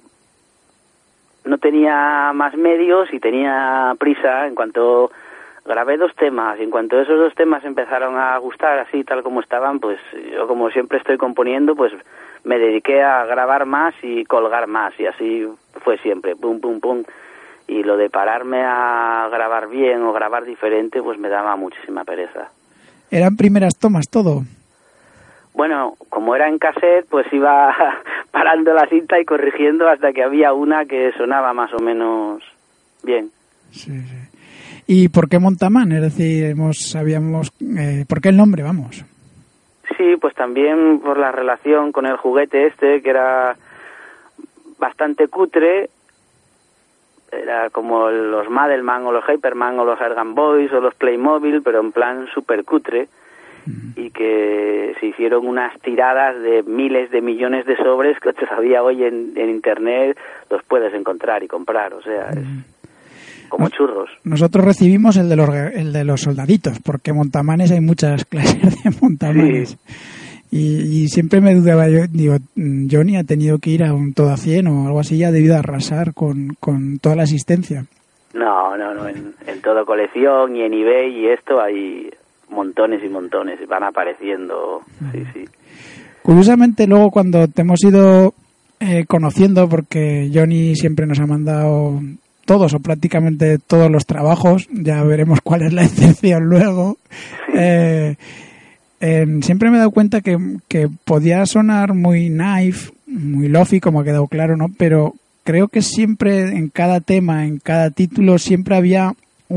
No tenía más medios y tenía prisa. En cuanto grabé 2 temas y en cuanto esos 2 temas empezaron a gustar así tal como estaban, pues yo, como siempre estoy componiendo, pues me dediqué a grabar más y colgar más, y así fue siempre, pum. Y lo de pararme a grabar bien o grabar diferente, pues me daba muchísima pereza. ¿Eran primeras tomas todo? Bueno, como era en cassette, pues iba parando la cinta y corrigiendo hasta que había una que sonaba más o menos bien. Sí. ¿Y por qué Montaman? Es decir, ¿por qué el nombre, vamos? Sí, pues también por la relación con el juguete este, que era bastante cutre. Era como los Madelman o los Hyperman o los Ergan Boys o los Playmobil, pero en plan super cutre. Y que se hicieron unas tiradas de miles de millones de sobres que todavía hoy en internet los puedes encontrar y comprar, o sea, es como churros. Nosotros recibimos el de los soldaditos, porque montamanes hay muchas clases de montamanes. Sí. Y siempre me dudaba, yo digo, Johnny ha tenido que ir a un todo a 100 o algo así, ya debido a arrasar con toda la asistencia. No, en todo colección y en eBay y esto hay montones y montones, van apareciendo, sí. Curiosamente, luego cuando te hemos ido conociendo, porque Johnny siempre nos ha mandado todos o prácticamente todos los trabajos, ya veremos cuál es la excepción luego, siempre me he dado cuenta que podía sonar muy naif, muy lofi, como ha quedado claro, ¿no? Pero creo que siempre en cada tema, en cada título, siempre había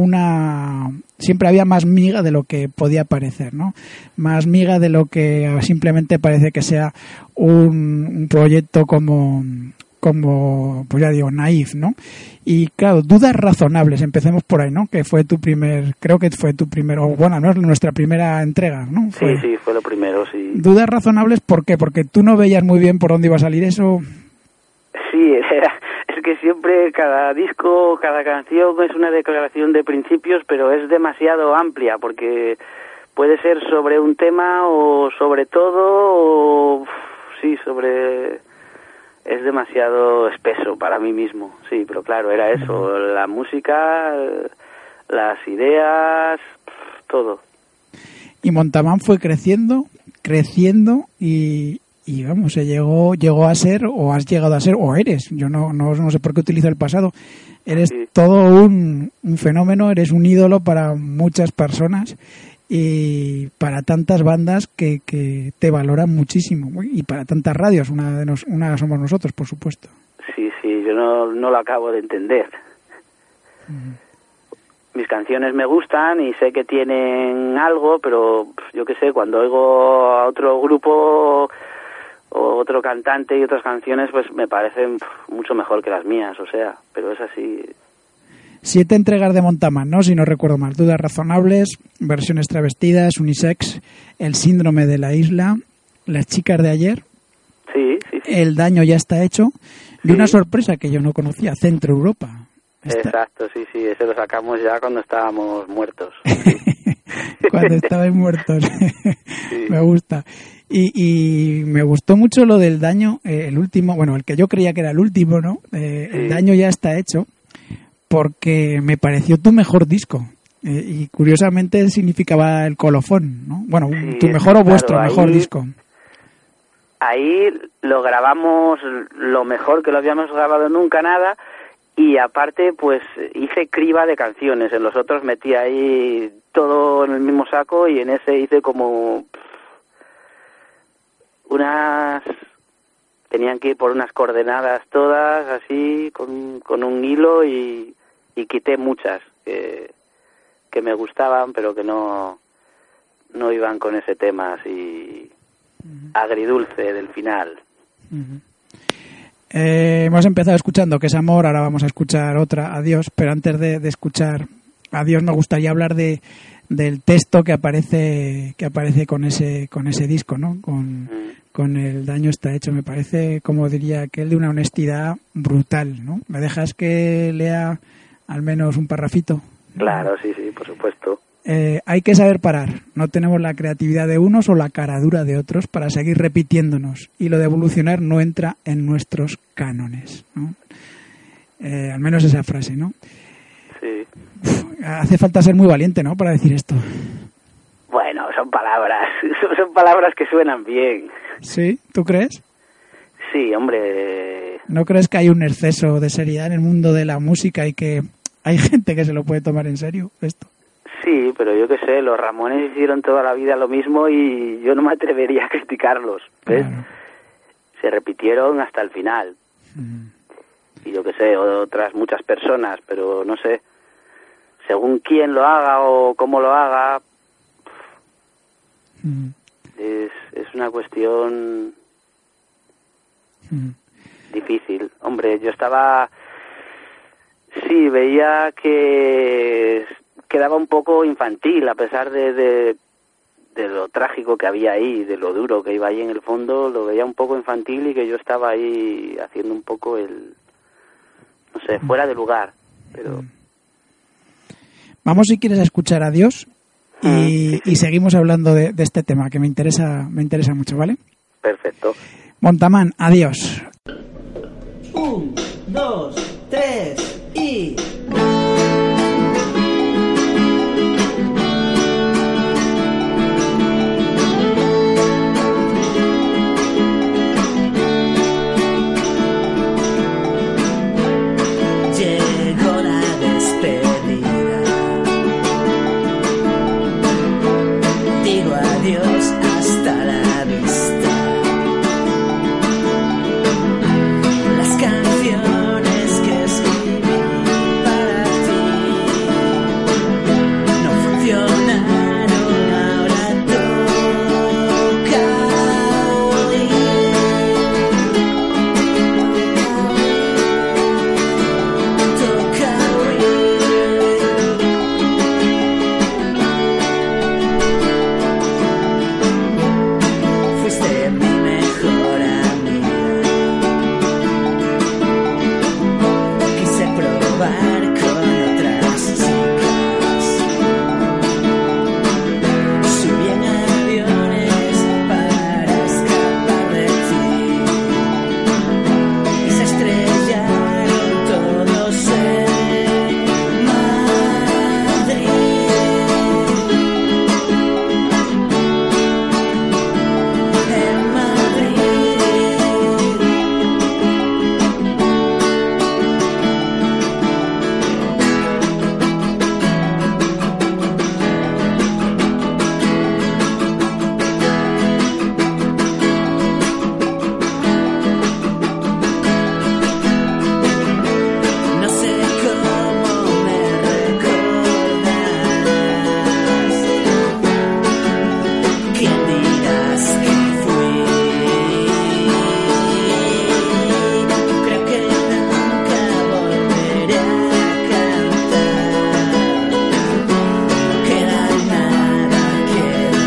más miga de lo que podía parecer, ¿no? Más miga de lo que simplemente parece que sea un proyecto como pues ya digo, naif, ¿no? Y claro, dudas razonables, empecemos por ahí, ¿no? Que fue creo que fue tu primero, bueno, no es nuestra primera entrega, ¿no? Sí, fue lo primero, sí. Dudas razonables, ¿por qué? Porque tú no veías muy bien por dónde iba a salir eso. Sí, es que siempre cada disco, cada canción es una declaración de principios, pero es demasiado amplia, porque puede ser sobre un tema o sobre todo, o sí, es demasiado espeso para mí mismo, sí, pero claro, era eso, la música, las ideas, todo. Y Montaman fue creciendo y vamos, llegó a ser, o has llegado a ser, o eres, yo no sé por qué utilizo el pasado, eres todo un fenómeno, eres un ídolo para muchas personas y para tantas bandas que te valoran muchísimo, y para tantas radios, una somos nosotros, por supuesto. Sí, yo no lo acabo de entender. Mis canciones me gustan y sé que tienen algo, pero yo qué sé, cuando oigo a otro grupo o otro cantante y otras canciones, pues me parecen mucho mejor que las mías, o sea, pero es así. 7 entregas de Montaman, ¿no? Si no recuerdo mal. Dudas razonables, versiones travestidas, unisex, El síndrome de la isla, Las chicas de ayer, sí. El daño ya está hecho, y una sorpresa que yo no conocía, Centro Europa. Exacto, sí, ese lo sacamos ya cuando estábamos muertos. Cuando estabais muertos. Me gusta. Y me gustó mucho lo del daño, el último, bueno, el que yo creía que era el último, ¿no? El daño ya está hecho, porque me pareció tu mejor disco. Y curiosamente significaba el colofón, ¿no? Bueno, tu mejor o vuestro mejor disco. Ahí lo grabamos lo mejor que lo habíamos grabado nunca nada, y aparte pues hice criba de canciones. En los otros metí ahí todo en el mismo saco, y en ese hice como tenían que ir por unas coordenadas todas así con un hilo, y quité muchas que me gustaban pero que no iban con ese tema así agridulce del final. Hemos empezado escuchando Que es amor, ahora vamos a escuchar otra, Adiós, pero antes de escuchar Adiós me gustaría hablar del texto que aparece con ese disco, ¿no? Con El daño está hecho. Me parece, como diría aquel, de una honestidad brutal, ¿no? ¿Me dejas que lea al menos un parrafito? Claro, sí, por supuesto. Hay que saber parar. No tenemos la creatividad de unos o la caradura de otros para seguir repitiéndonos, y lo de evolucionar no entra en nuestros cánones, ¿no? Al menos esa frase, ¿no? Sí. Hace falta ser muy valiente, ¿no?, para decir esto. Bueno, son palabras que suenan bien. ¿Sí? ¿Tú crees? Sí, hombre. ¿No crees que hay un exceso de seriedad en el mundo de la música y que hay gente que se lo puede tomar en serio esto? Sí, pero yo qué sé, los Ramones hicieron toda la vida lo mismo y yo no me atrevería a criticarlos, ¿ves? Claro. Se repitieron hasta el final. Y yo qué sé, otras muchas personas, pero no sé. según quién lo haga o cómo lo haga, es una cuestión difícil. Hombre, yo veía que quedaba un poco infantil, a pesar de lo trágico que había ahí, de lo duro que iba ahí en el fondo, lo veía un poco infantil y que yo estaba ahí haciendo un poco fuera de lugar, pero... Vamos, si quieres, a escuchar a Dios y seguimos hablando de este tema, que me interesa mucho, ¿vale? Perfecto. Montamán, adiós. 1, 2, 3 y... Llegó la despedida. Digo adiós, hasta la vista. Las canciones que escribí para ti no funcionaron, ahora toca huir. Toca huir. Fuiste mi mejor amiga. Quise probar con otras chicas. Subí en aviones para escapar de ti y se estrellaron todos en Madrid. En Madrid. No sé cómo me recordarás. ¿Quién dirás que fui? Creo que nunca volveré a cantar. No queda nada que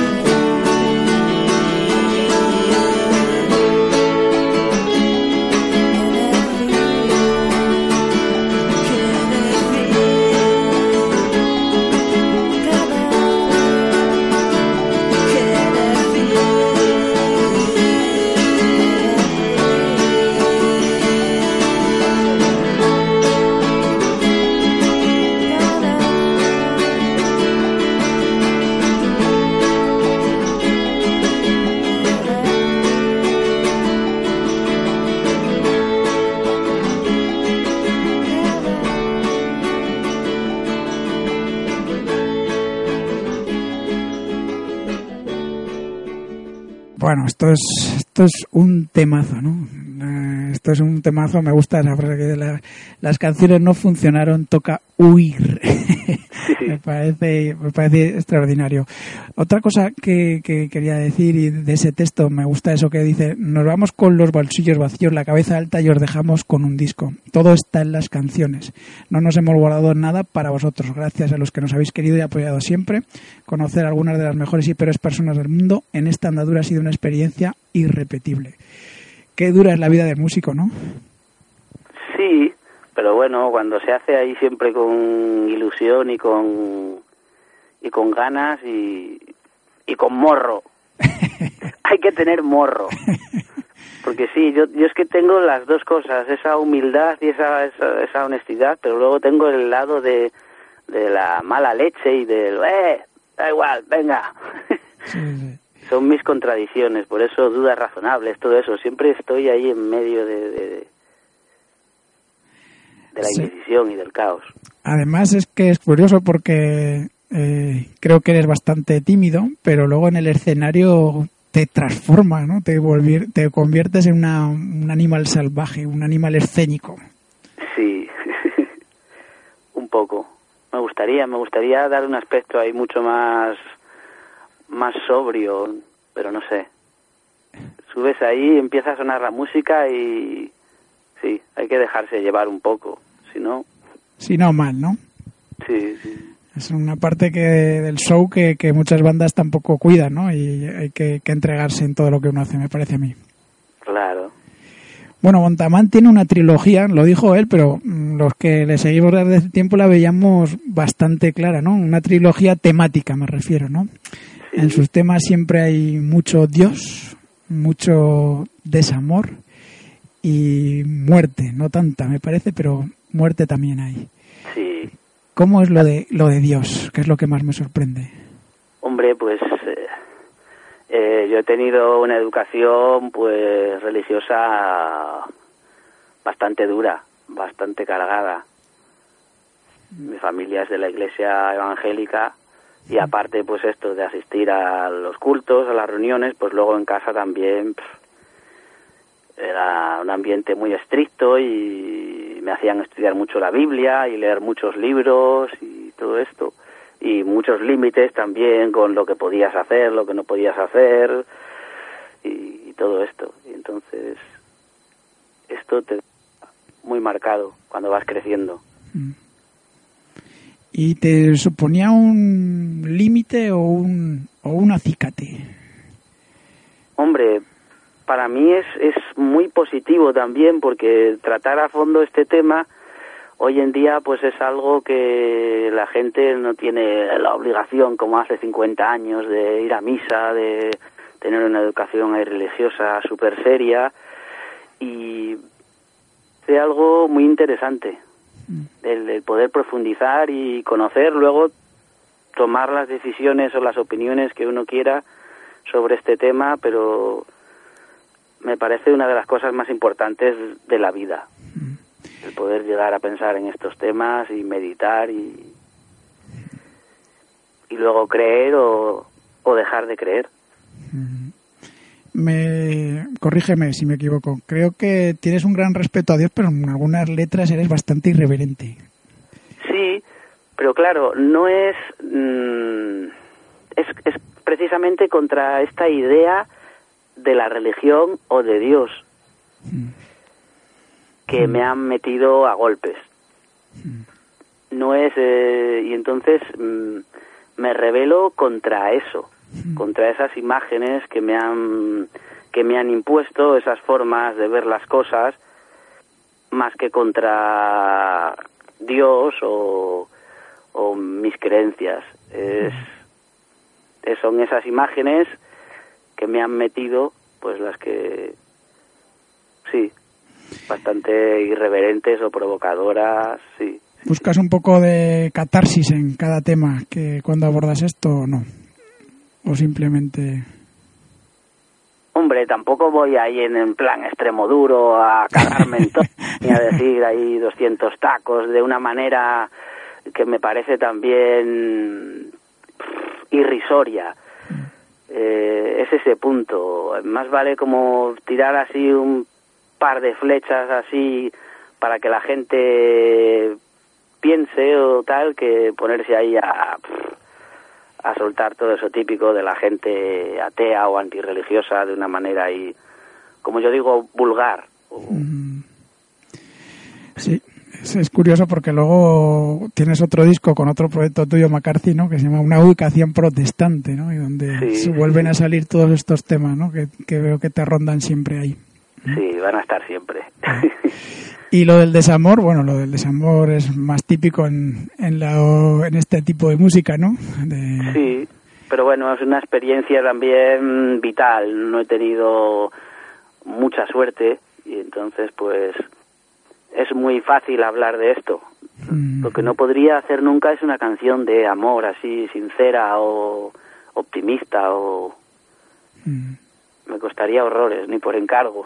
Bueno, esto es un temazo, ¿no? Esto es un temazo, me gusta esa frase que las canciones no funcionaron, toca huir. me parece extraordinario. Otra cosa que quería decir, y de ese texto me gusta eso que dice: nos vamos con los bolsillos vacíos, la cabeza alta y os dejamos con un disco. Todo está en las canciones. No nos hemos guardado nada para vosotros. Gracias a los que nos habéis querido y apoyado siempre. Conocer a algunas de las mejores y peores personas del mundo en esta andadura ha sido una experiencia irrepetible. Qué dura es la vida del músico, ¿no? Sí, pero bueno, cuando se hace ahí siempre con ilusión y con ganas y con morro. Hay que tener morro. Porque sí, yo es que tengo las dos cosas, esa humildad y esa honestidad, pero luego tengo el lado de la mala leche y del da igual, venga. Sí. Son mis contradicciones, por eso dudas razonables, todo eso. Siempre estoy ahí en medio de la indecisión y del caos. Además es que es curioso porque creo que eres bastante tímido, pero luego en el escenario te transformas, ¿no? Te conviertes en un animal salvaje, un animal escénico. Sí, un poco. Me gusta gustaría dar un aspecto ahí mucho más sobrio, pero no sé. Subes ahí, empieza a sonar la música y sí, hay que dejarse llevar un poco, si no... Si no, mal, ¿no? Sí. Es una parte del show que muchas bandas tampoco cuidan, ¿no? Y hay que entregarse en todo lo que uno hace, me parece a mí. Claro. Bueno, Montamán tiene una trilogía, lo dijo él, pero los que le seguimos desde hace tiempo la veíamos bastante clara, ¿no? Una trilogía temática, me refiero, ¿no? Sí. En sus temas siempre hay mucho Dios, mucho desamor y muerte, no tanta, me parece, pero muerte también hay. Sí. ¿Cómo es lo de Dios? ¿Qué es lo que más me sorprende? Hombre, pues yo he tenido una educación pues religiosa bastante dura, bastante cargada. Mi familia es de la iglesia evangélica y aparte pues esto de asistir a los cultos, a las reuniones, pues luego en casa también era un ambiente muy estricto y me hacían estudiar mucho la Biblia y leer muchos libros y todo esto. Y muchos límites también con lo que podías hacer, lo que no podías hacer y todo esto. Y entonces esto te da muy marcado cuando vas creciendo. ¿Y te suponía un límite o un acicate? Hombre, para mí es muy positivo también porque tratar a fondo este tema hoy en día pues es algo que la gente no tiene la obligación como hace 50 años de ir a misa, de tener una educación religiosa súper seria y es algo muy interesante el poder profundizar y conocer, luego tomar las decisiones o las opiniones que uno quiera sobre este tema, pero me parece una de las cosas más importantes de la vida. El poder llegar a pensar en estos temas y meditar y luego creer o dejar de creer. Corrígeme si me equivoco. Creo que tienes un gran respeto a Dios, pero en algunas letras eres bastante irreverente. Sí, pero claro, no es precisamente contra esta idea de la religión o de Dios que me han metido a golpes. No es y entonces me rebelo contra eso, contra esas imágenes que me han impuesto, esas formas de ver las cosas, más que contra Dios o mis creencias. Son esas imágenes que me han metido, pues las que sí, bastante irreverentes o provocadoras, sí. ¿Buscas un poco de catarsis en cada tema que cuando abordas esto o no? ¿O simplemente...? Hombre, tampoco voy ahí en plan extremo duro a cagarme en todo ni a decir ahí 200 tacos de una manera que me parece también irrisoria. Es ese punto. Más vale como tirar así un par de flechas así para que la gente piense o tal, que ponerse ahí a soltar todo eso típico de la gente atea o antirreligiosa de una manera ahí, como yo digo, vulgar. Sí, es curioso porque luego tienes otro disco con otro proyecto tuyo, McCarthy, ¿no? Que se llama Una Educación Protestante, ¿no? Y donde se vuelven a salir todos estos temas, ¿no? Que veo que te rondan siempre ahí. Sí, van a estar siempre. Y lo del desamor, bueno, lo del desamor es más típico en este tipo de música, ¿no? Sí, pero bueno, es una experiencia también vital. No he tenido mucha suerte y entonces pues es muy fácil hablar de esto. Lo que no podría hacer nunca es una canción de amor así sincera o optimista o... Me costaría horrores, ni por encargo.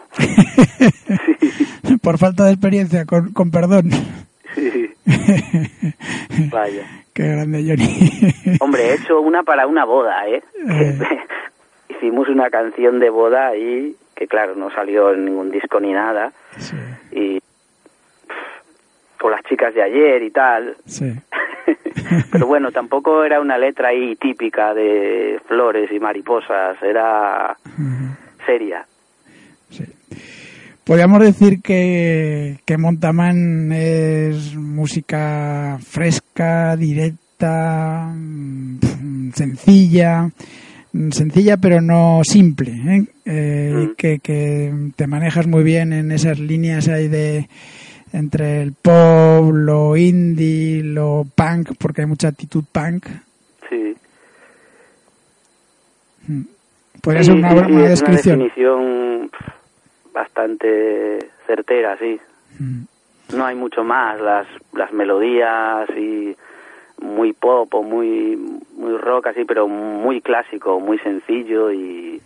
Por falta de experiencia, con perdón. Sí. Vaya. Qué grande, Johnny. Hombre, he hecho una para una boda, ¿eh? Hicimos una canción de boda ahí, que claro, no salió en ningún disco ni nada. Sí. Y con las chicas de ayer y tal. Sí. Pero bueno, tampoco era una letra ahí típica de flores y mariposas, era seria. Sí. Podríamos decir que Montaman es música fresca, directa, sencilla pero no simple, que te manejas muy bien en esas líneas ahí entre el pop, lo indie, lo punk, porque hay mucha actitud punk. Sí. Podría ser una descripción. Una definición bastante certera, sí. No hay mucho más, las melodías y muy pop o muy rock así, pero muy clásico, muy sencillo y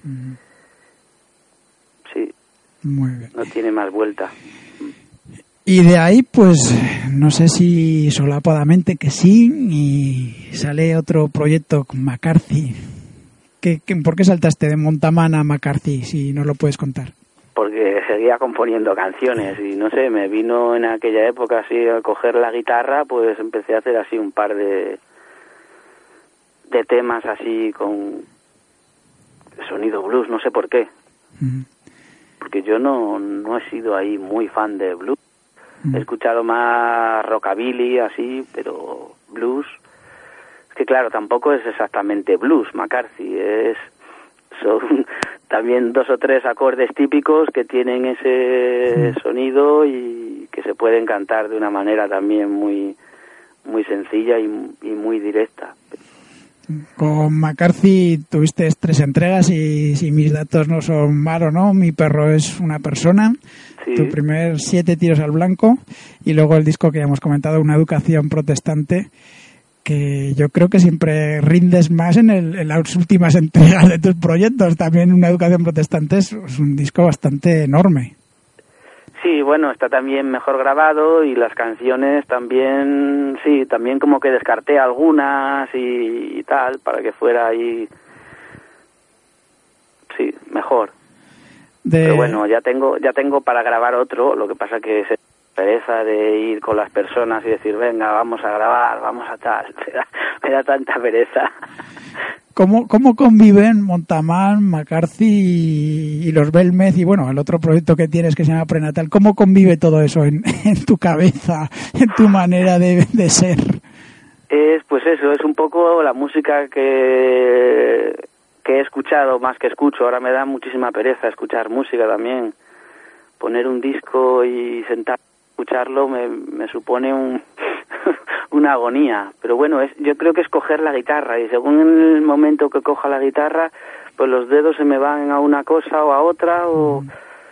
sí. Muy bien. No tiene más vuelta. Y de ahí, pues, no sé si solapadamente que sí, y sale otro proyecto con McCarthy. ¿Por qué saltaste de Montaman a McCarthy, si no lo puedes contar? Porque seguía componiendo canciones y no sé, me vino en aquella época así a coger la guitarra, pues empecé a hacer así un par de temas así con sonido blues, no sé por qué. Porque yo no he sido ahí muy fan de blues. He escuchado más rockabilly así, pero blues, es que claro, tampoco es exactamente blues McCarthy, son también 2 o 3 acordes típicos que tienen ese sonido y que se pueden cantar de una manera también muy sencilla y muy directa. Con McCarthy tuviste 3 entregas y si mis datos no son malos, ¿no? Mi perro es una persona. Sí. Tu primer 7 tiros al blanco y luego el disco que ya hemos comentado, Una educación protestante, que yo creo que siempre rindes más en las últimas entregas de tus proyectos. También Una educación protestante es un disco bastante enorme. Sí, bueno, está también mejor grabado y las canciones también, sí, también como que descarté algunas y tal, para que fuera ahí, sí, mejor. Pero bueno, ya tengo para grabar otro, lo que pasa que se pereza de ir con las personas y decir, venga, vamos a grabar, vamos a tal, me da tanta pereza. ¿Cómo conviven Montaman, McCarthy y los Belmez y bueno, el otro proyecto que tienes que se llama Prenatal? ¿Cómo convive todo eso en tu cabeza, en tu manera de ser? Pues eso, es un poco la música que he escuchado más que escucho. Ahora me da muchísima pereza escuchar música también. Poner un disco y sentar a escucharlo me supone una agonía. Pero bueno, yo creo que es coger la guitarra y según el momento que coja la guitarra, pues los dedos se me van a una cosa o a otra o...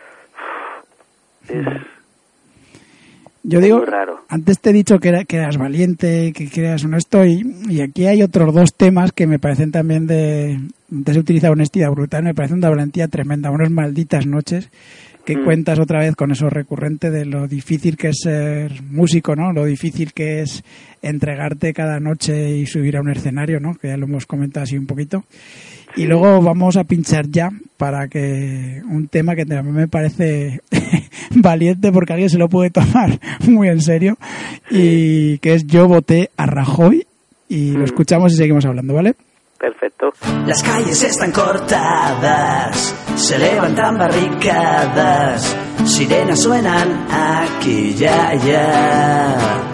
Yo digo, raro. Antes te he dicho que eras valiente, que eras honesto y aquí hay otros 2 temas que me parecen también antes he utilizado honestidad brutal, me parece una valentía tremenda, unas malditas noches que cuentas otra vez con eso recurrente de lo difícil que es ser músico, ¿no? Lo difícil que es entregarte cada noche y subir a un escenario, ¿no? Que ya lo hemos comentado así un poquito. Y luego vamos a pinchar ya para que un tema que también me parece valiente porque alguien se lo puede tomar muy en serio y que es Yo voté a Rajoy y lo escuchamos y seguimos hablando, ¿vale? Perfecto. Las calles están cortadas, se levantan barricadas, sirenas suenan aquí y allá.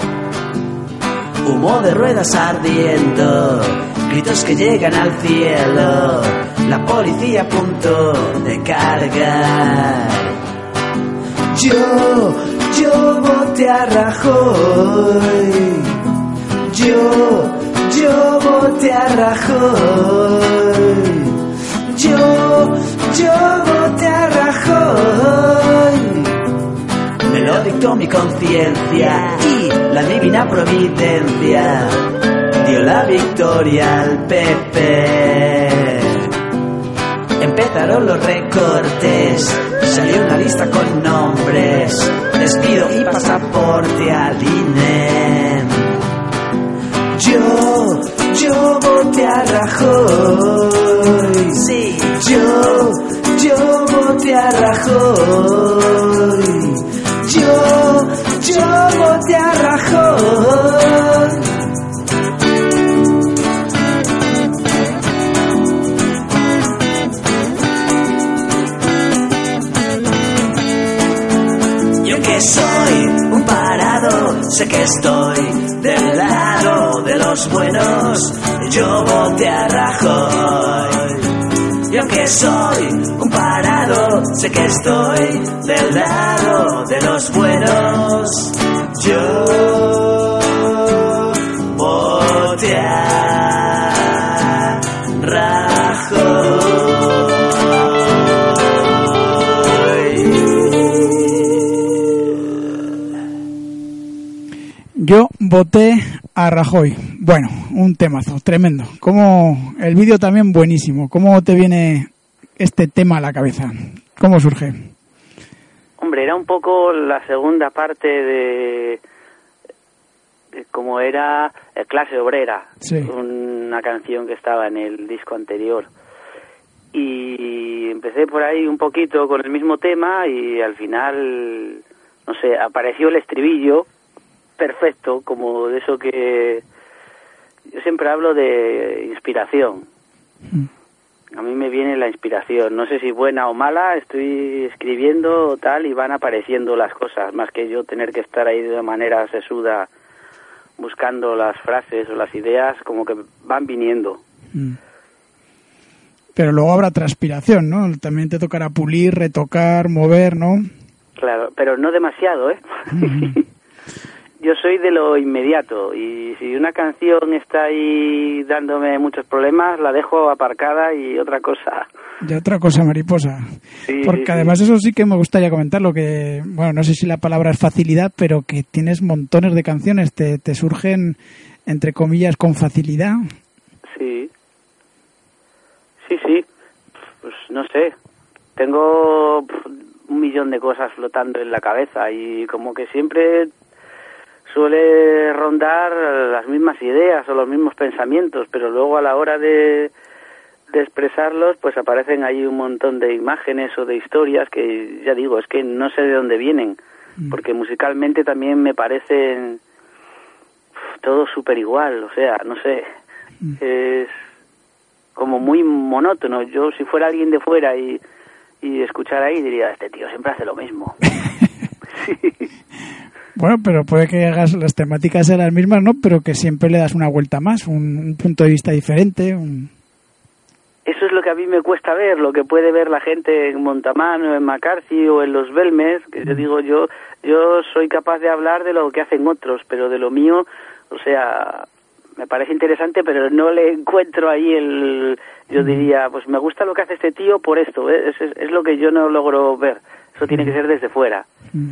Humo de ruedas ardiendo, gritos que llegan al cielo, la policía a punto de cargar. Yo voté a Rajoy, yo voté a Rajoy, yo voté a Rajoy. Me lo dictó mi conciencia y la divina providencia dio la victoria al PP. Empezaron los recortes, salió una lista con nombres, despido y pasaporte al INEM. Yo voté a Rajoy, sí, yo voté a Rajoy, yo voté a Rajoy. aunque soy un parado, sé que estoy del lado de los buenos. Yo voté a Rajoy. Y aunque soy un parado, sé que estoy del lado de los buenos. Yo voté a Rajoy. Yo voté a Rajoy. Bueno, un temazo, tremendo. Como el vídeo también buenísimo. ¿Cómo te viene este tema a la cabeza? ¿Cómo surge? Hombre, era un poco la segunda parte de como era Clase Obrera, sí. Una canción que estaba en el disco anterior. Y empecé por ahí un poquito con el mismo tema y al final, no sé, apareció el estribillo perfecto, como de eso que yo siempre hablo de inspiración. A mí me viene la inspiración, no sé si buena o mala, estoy escribiendo tal y van apareciendo las cosas, más que yo tener que estar ahí de una manera sesuda buscando las frases o las ideas, como que van viniendo. Pero luego habrá transpiración, ¿no? También te tocará pulir, retocar, mover, ¿no? Claro, pero no demasiado, ¿eh? Yo soy de lo inmediato y si una canción está ahí dándome muchos problemas, la dejo aparcada y otra cosa. Y otra cosa mariposa. Sí, porque sí, además eso sí que me gustaría comentarlo, que, bueno, no sé si la palabra es facilidad, pero que tienes montones de canciones, te surgen, entre comillas, con facilidad. Sí. Sí, pues no sé, tengo un millón de cosas flotando en la cabeza y como que siempre suele rondar las mismas ideas o los mismos pensamientos, pero luego a la hora de expresarlos pues aparecen ahí un montón de imágenes o de historias que ya digo, es que no sé de dónde vienen, porque musicalmente también me parecen todo súper igual, o sea, no sé, es como muy monótono. Yo si fuera alguien de fuera y escuchara ahí diría, este tío siempre hace lo mismo. Bueno, pero puede que hagas las temáticas sean las mismas, ¿no? Pero que siempre le das una vuelta más, un punto de vista diferente. Eso es lo que a mí me cuesta ver, lo que puede ver la gente en Montamán o en McCarthy o en los Belmes, que yo digo, yo soy capaz de hablar de lo que hacen otros, pero de lo mío, o sea, me parece interesante, pero no le encuentro ahí yo diría, pues me gusta lo que hace este tío por esto, ¿eh? Es lo que yo no logro ver, eso tiene que ser desde fuera.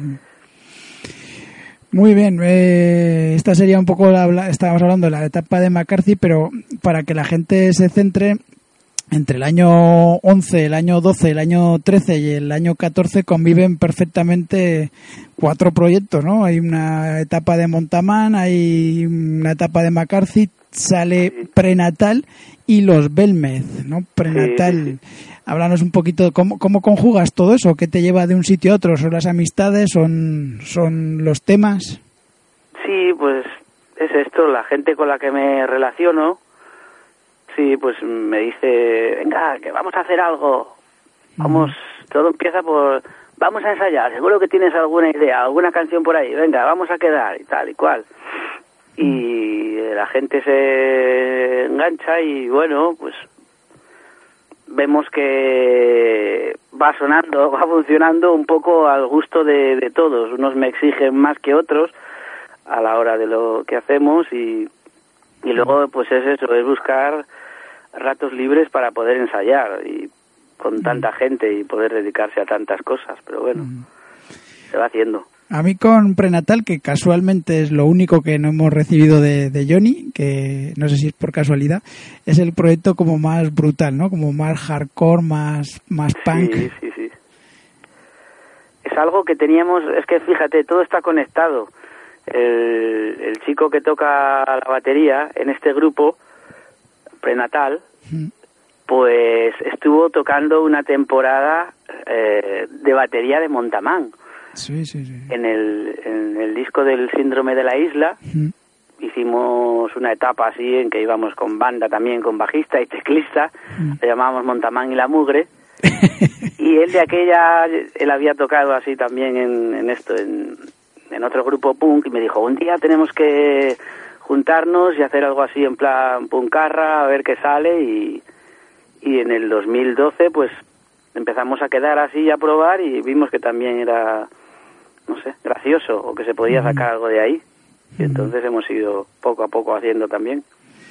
Muy bien, esta sería un poco, estábamos hablando de la etapa de McCarthy, pero para que la gente se centre, entre el año 11, el año 12, el año 13 y el año 14 conviven perfectamente 4 proyectos, ¿no? Hay una etapa de Montamán, hay una etapa de McCarthy, sale Prenatal y los Belmez, ¿no? Prenatal. Sí. Háblanos un poquito de cómo conjugas todo eso, qué te lleva de un sitio a otro, ¿son las amistades, son los temas? Sí, pues es esto, la gente con la que me relaciono, sí, pues me dice, venga, que vamos a hacer algo, vamos, todo empieza por, vamos a ensayar, seguro que tienes alguna idea, alguna canción por ahí, venga, vamos a quedar y tal y cual. Y la gente se engancha y bueno, pues vemos que va sonando, va funcionando un poco al gusto de todos. Unos me exigen más que otros a la hora de lo que hacemos y luego pues es eso, es buscar ratos libres para poder ensayar y con tanta gente y poder dedicarse a tantas cosas, pero bueno, se va haciendo. A mí con Prenatal, que casualmente es lo único que no hemos recibido de Johnny, que no sé si es por casualidad, es el proyecto como más brutal, ¿no? Como más hardcore, más punk. Sí. Es algo que teníamos, es que fíjate, todo está conectado. El chico que toca la batería en este grupo, Prenatal, pues estuvo tocando una temporada de batería de Montamán. Sí. En el disco del Síndrome de la Isla hicimos una etapa así en que íbamos con banda también, con bajista y teclista, lo llamábamos Montamán y la Mugre, Y él de aquella, él había tocado así también en otro grupo punk, y me dijo, un día tenemos que juntarnos y hacer algo así en plan punkarra, a ver qué sale, y en el 2012 pues empezamos a quedar así a probar y vimos que también era, no sé, gracioso, o que se podía sacar algo de ahí, y entonces hemos ido poco a poco haciendo también.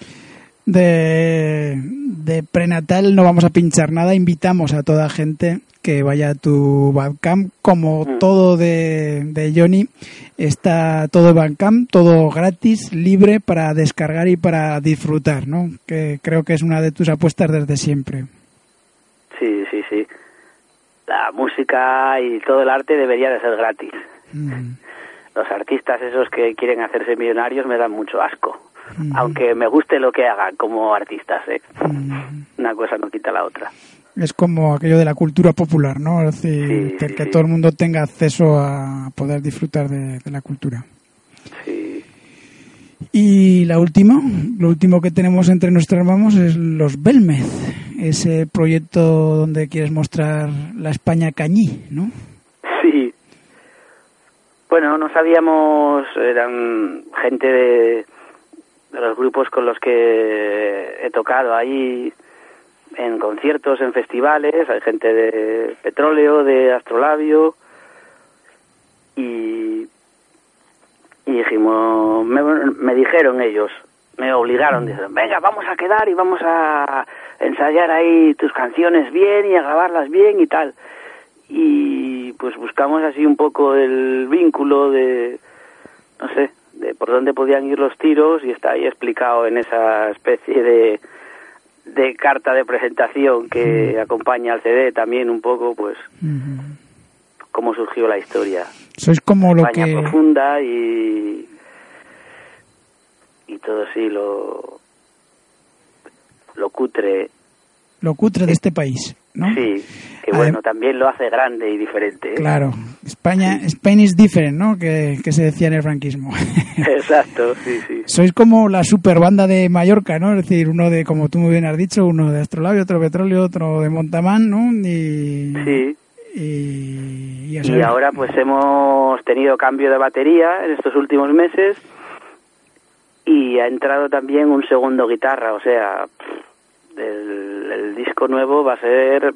De prenatal no vamos a pinchar nada, invitamos a toda gente que vaya a tu Bandcamp, como todo de Johnny, está todo Bandcamp, todo gratis, libre para descargar y para disfrutar, ¿no? Que creo que es una de tus apuestas desde siempre. Sí, sí, sí. La música y todo el arte debería de ser gratis. Los artistas esos que quieren hacerse millonarios me dan mucho asco. Aunque me guste lo que hagan como artistas, ¿eh? Una cosa no quita la otra. Es como aquello de la cultura popular, ¿no? Es decir, que todo el mundo tenga acceso a poder disfrutar de la cultura. Sí. Y lo último que tenemos entre nuestras manos es los Belmez, ese proyecto donde quieres mostrar la España cañí, ¿no? Sí. Bueno, no sabíamos, eran gente de los grupos con los que he tocado ahí en conciertos, en festivales, hay gente de Petróleo, de Astrolabio, y dijimos, me dijeron ellos, me obligaron, dijeron, venga, vamos a quedar y vamos a ensayar ahí tus canciones bien y a grabarlas bien y tal. Y pues buscamos así un poco el vínculo de, no sé, de por dónde podían ir los tiros, y está ahí explicado en esa especie de carta de presentación que acompaña al CD también un poco, pues, cómo surgió la historia. Sois como lo España que... profunda y todo así lo cutre. Lo cutre de este país, ¿no? Sí, que bueno, también lo hace grande y diferente, ¿eh? Claro, Spain is different, ¿no? Que se decía en el franquismo. Exacto, sí, sí. Sois como la superbanda de Mallorca, ¿no? Es decir, uno de, como tú muy bien has dicho, uno de Astrolabio, otro de Petróleo, otro de Montamán, ¿no? Sí. Y ahora pues hemos tenido cambio de batería en estos últimos meses, y ha entrado también un segundo guitarra, o sea, el disco nuevo va a ser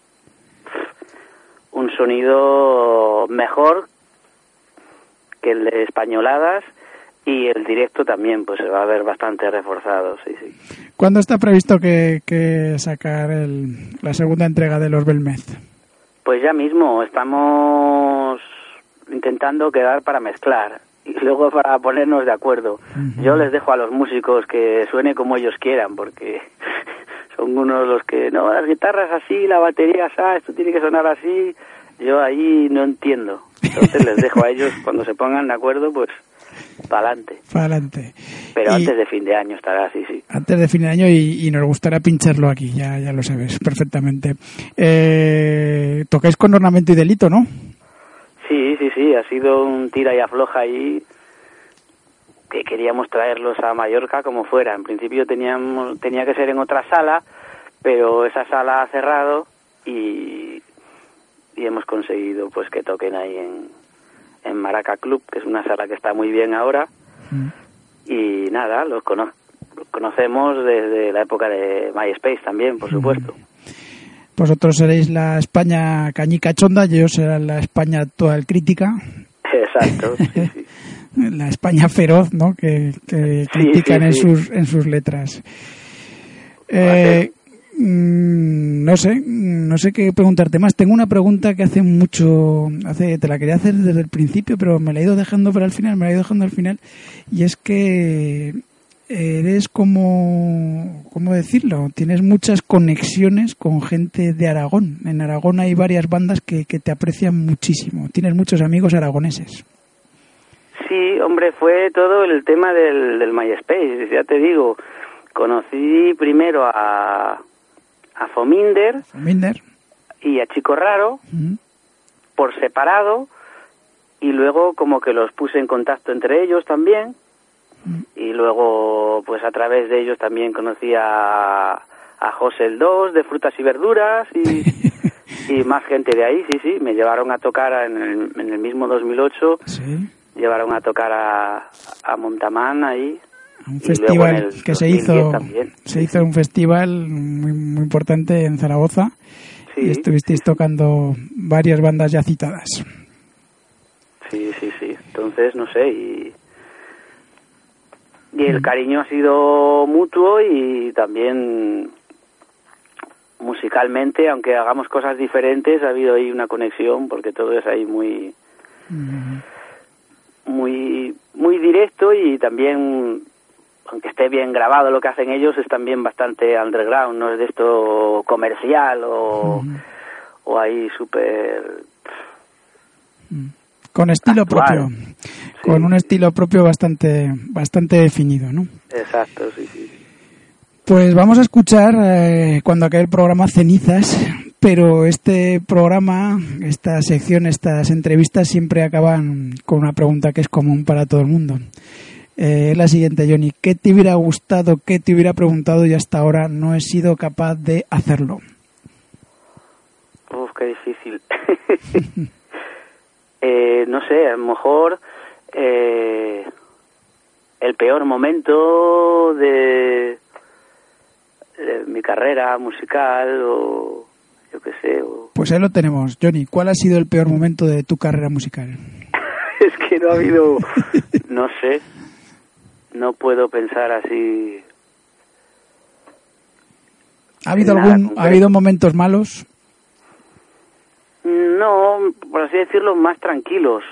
un sonido mejor que el de Españoladas, y el directo también pues se va a ver bastante reforzado, sí, sí. ¿Cuándo está previsto que sacar la segunda entrega de los Belmez? Pues ya mismo, estamos intentando quedar para mezclar y luego para ponernos de acuerdo. Yo les dejo a los músicos que suene como ellos quieran, porque son unos los que, no, las guitarras así, la batería así, esto tiene que sonar así. Yo ahí no entiendo. Entonces les dejo a ellos, cuando se pongan de acuerdo, pues para adelante. Pero antes de fin de año estará así, sí. Antes de fin de año, y nos gustará pincharlo aquí, ya lo sabes perfectamente. Tocáis con Ornamento y Delito, ¿no? Sí, ha sido un tira y afloja ahí, que queríamos traerlos a Mallorca como fuera. En principio tenía que ser en otra sala, pero esa sala ha cerrado y hemos conseguido pues que toquen ahí en Maraca Club, que es una sala que está muy bien ahora. Y nada, los conocemos desde la época de MySpace también, por supuesto. Vosotros seréis la España cañicachonda, y ellos serán la España toda el crítica. Exacto, sí. La España feroz, ¿no? Que critican en sus letras. No sé qué preguntarte más. Tengo una pregunta que te la quería hacer desde el principio, pero me la he ido dejando para el final, y es que eres ¿cómo decirlo? Tienes muchas conexiones con gente de Aragón. En Aragón hay varias bandas que te aprecian muchísimo. Tienes muchos amigos aragoneses. Sí, hombre, fue todo el tema del MySpace, ya te digo. Conocí primero a Fominder y a Chico Raro por separado, y luego como que los puse en contacto entre ellos también, y luego pues a través de ellos también conocí a José el 2 de Frutas y Verduras, Y más gente de ahí, sí, me llevaron a tocar en el mismo 2008. Sí. Llevaron a tocar a Montamán ahí. Un festival que se hizo también. Un festival muy, muy importante en Zaragoza. Sí, y estuvisteis tocando varias bandas ya citadas. Sí. Entonces, no sé, y el cariño ha sido mutuo y también musicalmente, aunque hagamos cosas diferentes, ha habido ahí una conexión porque todo es ahí muy directo y también, aunque esté bien grabado lo que hacen ellos, es también bastante underground, no es de esto comercial o ahí súper... Con estilo actual. propio, con un estilo propio bastante definido, ¿no? Exacto, sí. Pues vamos a escuchar cuando acabe el programa Cenizas, pero este programa, esta sección, estas entrevistas siempre acaban con una pregunta que es común para todo el mundo. Es la siguiente, Johnny. ¿Qué te hubiera gustado, qué te hubiera preguntado y hasta ahora no he sido capaz de hacerlo? Uf, qué difícil. No sé, a lo mejor el peor momento de mi carrera musical o yo qué sé. Pues ahí lo tenemos, Johnny. ¿Cuál ha sido el peor momento de tu carrera musical? Es que no ha habido, no sé, no puedo pensar así. ¿Ha habido momentos malos? No, por así decirlo, más tranquilos.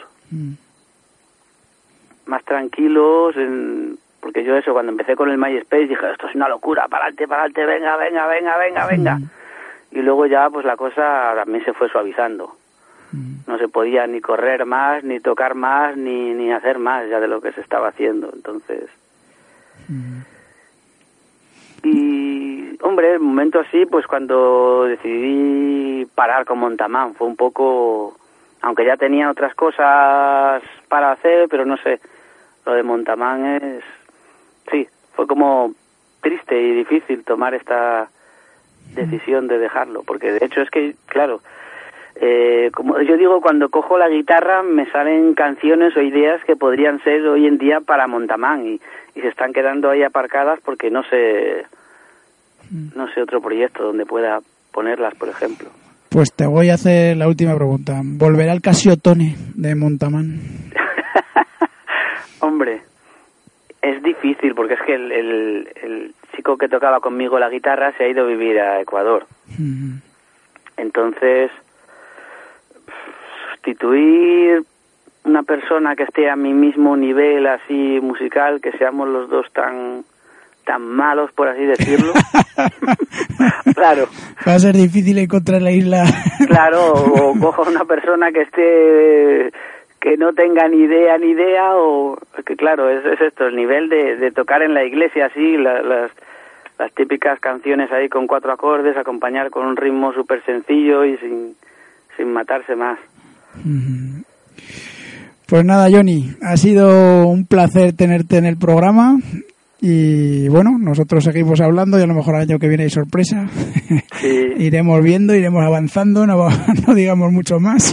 Más tranquilos, porque yo eso, cuando empecé con el MySpace dije, esto es una locura, para adelante, venga. Y luego ya pues la cosa también se fue suavizando. No se podía ni correr más, ni tocar más, ni hacer más ya de lo que se estaba haciendo, entonces... Y, hombre, el momento así, pues cuando decidí parar con Montamán, fue un poco... Aunque ya tenía otras cosas para hacer, pero no sé, lo de Montamán es... Sí, fue como triste y difícil tomar esta decisión de dejarlo, porque de hecho es que, claro, como yo digo, cuando cojo la guitarra me salen canciones o ideas que podrían ser hoy en día para Montamán y se están quedando ahí aparcadas porque no sé otro proyecto donde pueda ponerlas, por ejemplo. Pues te voy a hacer la última pregunta. ¿Volverá el Casiotone de Montamán? Hombre, es difícil porque es que el chico que tocaba conmigo la guitarra se ha ido a vivir a Ecuador. Entonces, sustituir una persona que esté a mi mismo nivel así musical, que seamos los dos tan malos, por así decirlo. Claro. Va a ser difícil encontrar la isla. Claro, o cojo a una persona que esté... que no tenga ni idea, o... que claro, es esto, el nivel de tocar en la iglesia así, las típicas canciones ahí con 4 acordes, acompañar con un ritmo súper sencillo y sin matarse más. Pues nada, Johnny, ha sido un placer tenerte en el programa. Y bueno, nosotros seguimos hablando y a lo mejor el año que viene hay sorpresa. Sí. Iremos viendo, iremos avanzando, no digamos mucho más.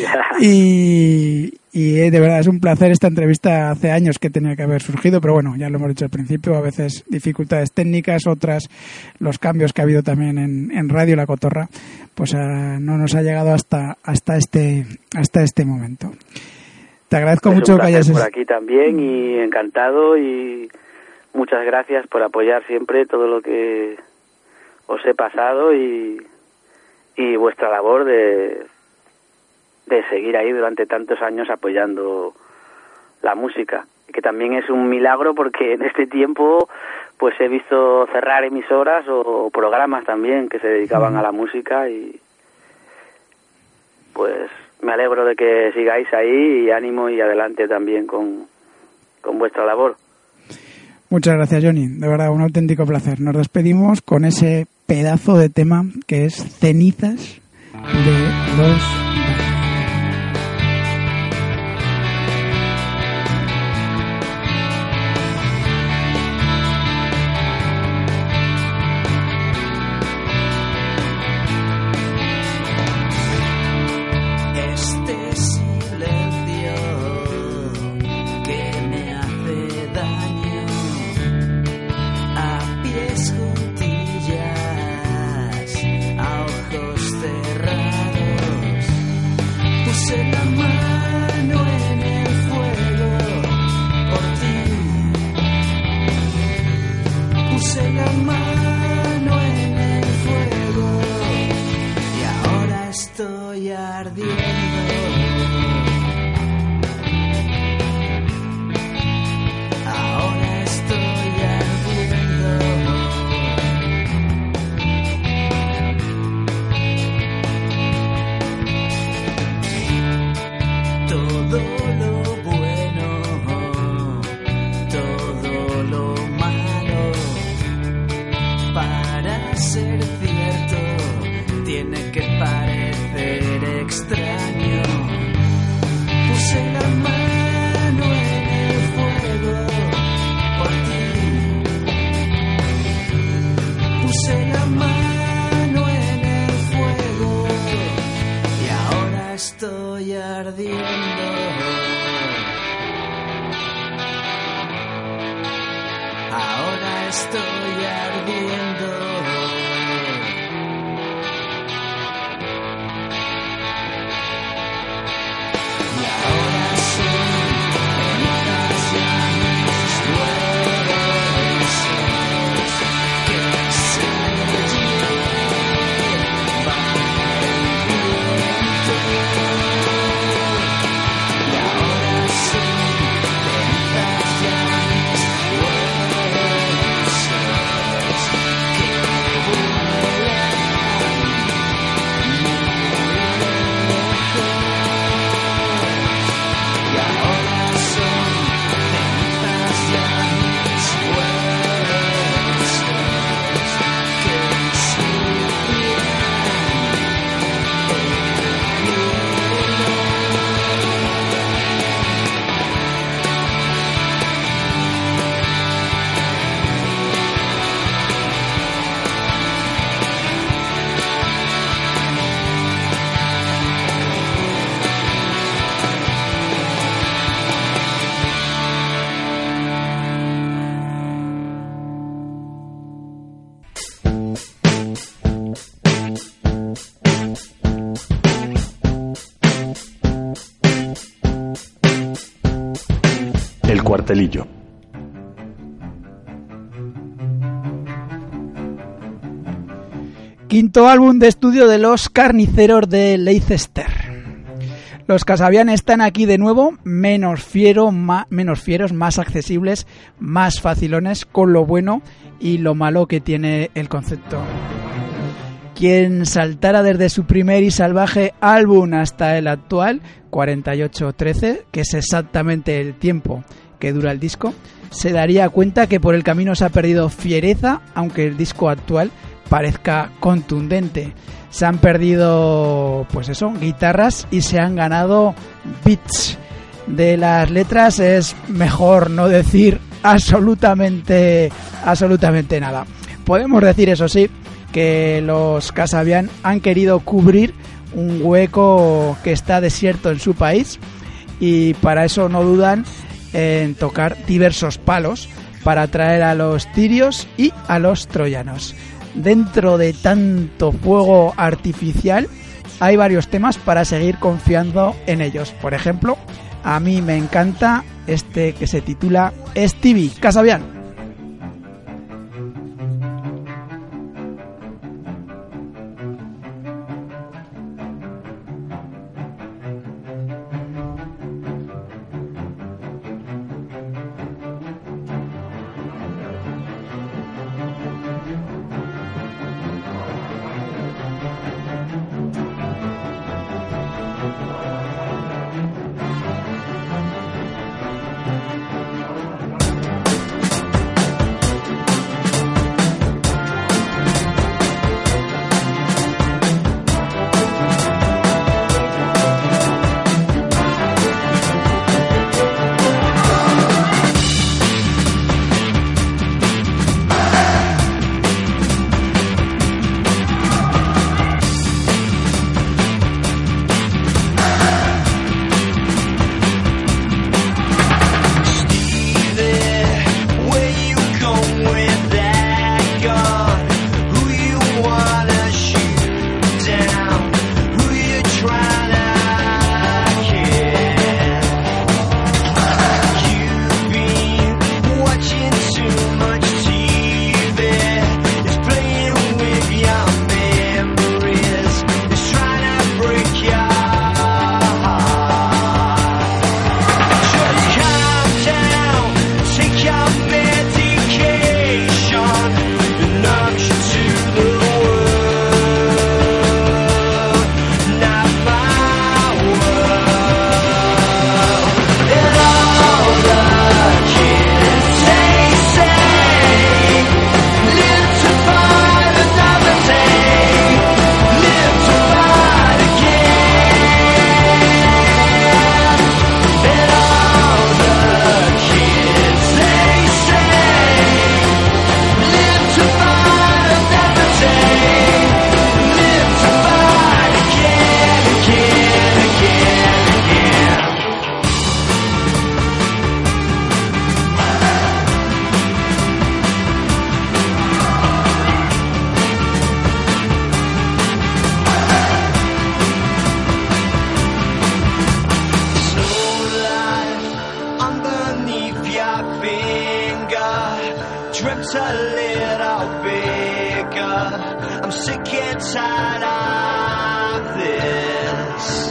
Y de verdad es un placer esta entrevista. Hace años que tenía que haber surgido, pero bueno, ya lo hemos dicho al principio, a veces dificultades técnicas, otras los cambios que ha habido también en Radio La Cotorra, pues no nos ha llegado hasta este momento. Te agradezco mucho que hayas por aquí también y encantado y muchas gracias por apoyar siempre todo lo que os he pasado y vuestra labor de seguir ahí durante tantos años apoyando la música, que también es un milagro porque en este tiempo pues he visto cerrar emisoras o programas también que se dedicaban a la música y pues me alegro de que sigáis ahí y ánimo y adelante también con vuestra labor. Muchas gracias, Johnny. De verdad, un auténtico placer. Nos despedimos con ese pedazo de tema que es Cenizas de los... este silencio que me hace daño a pies juntillas, a ojos cerrados. Puse la mano en el fuego por ti. Puse la mano en el fuego y ahora estoy ardiendo. Ahora estoy ardiendo. Todo lo bueno, todo lo malo, para ser cierto, tiene que parecer extraño. Puse la mano en el fuego por ti. Puse la mano en el fuego y ahora estoy ardiendo. Ahora estoy ardiendo. Y ahora son cenizas ya mis huesos que se llevan el viento. Y ahora son cenizas ya mis huesos que vuelan muy lejos. Y ahora son cenizas ya mis huesos que subirán el El Cuartelillo. Quinto álbum de estudio de Los Carniceros de Leicester. Los Kasabian están aquí de nuevo, menos fieros, más accesibles, más facilones, con lo bueno y lo malo que tiene el concepto. Quien saltara desde su primer y salvaje álbum hasta el actual, 4813, que es exactamente el tiempo que dura el disco, se daría cuenta que por el camino se ha perdido fiereza, aunque el disco actual parezca contundente. Se han perdido, pues eso, guitarras y se han ganado beats. De las letras es mejor no decir absolutamente nada. Podemos decir, eso sí, que los Kasabian han querido cubrir un hueco que está desierto en su país y para eso no dudan en tocar diversos palos para atraer a los tirios y a los troyanos. Dentro de tanto fuego artificial hay varios temas para seguir confiando en ellos. Por ejemplo, a mí me encanta este que se titula Stevie Kasabian. get a little bigger. I'm sick and tired of this.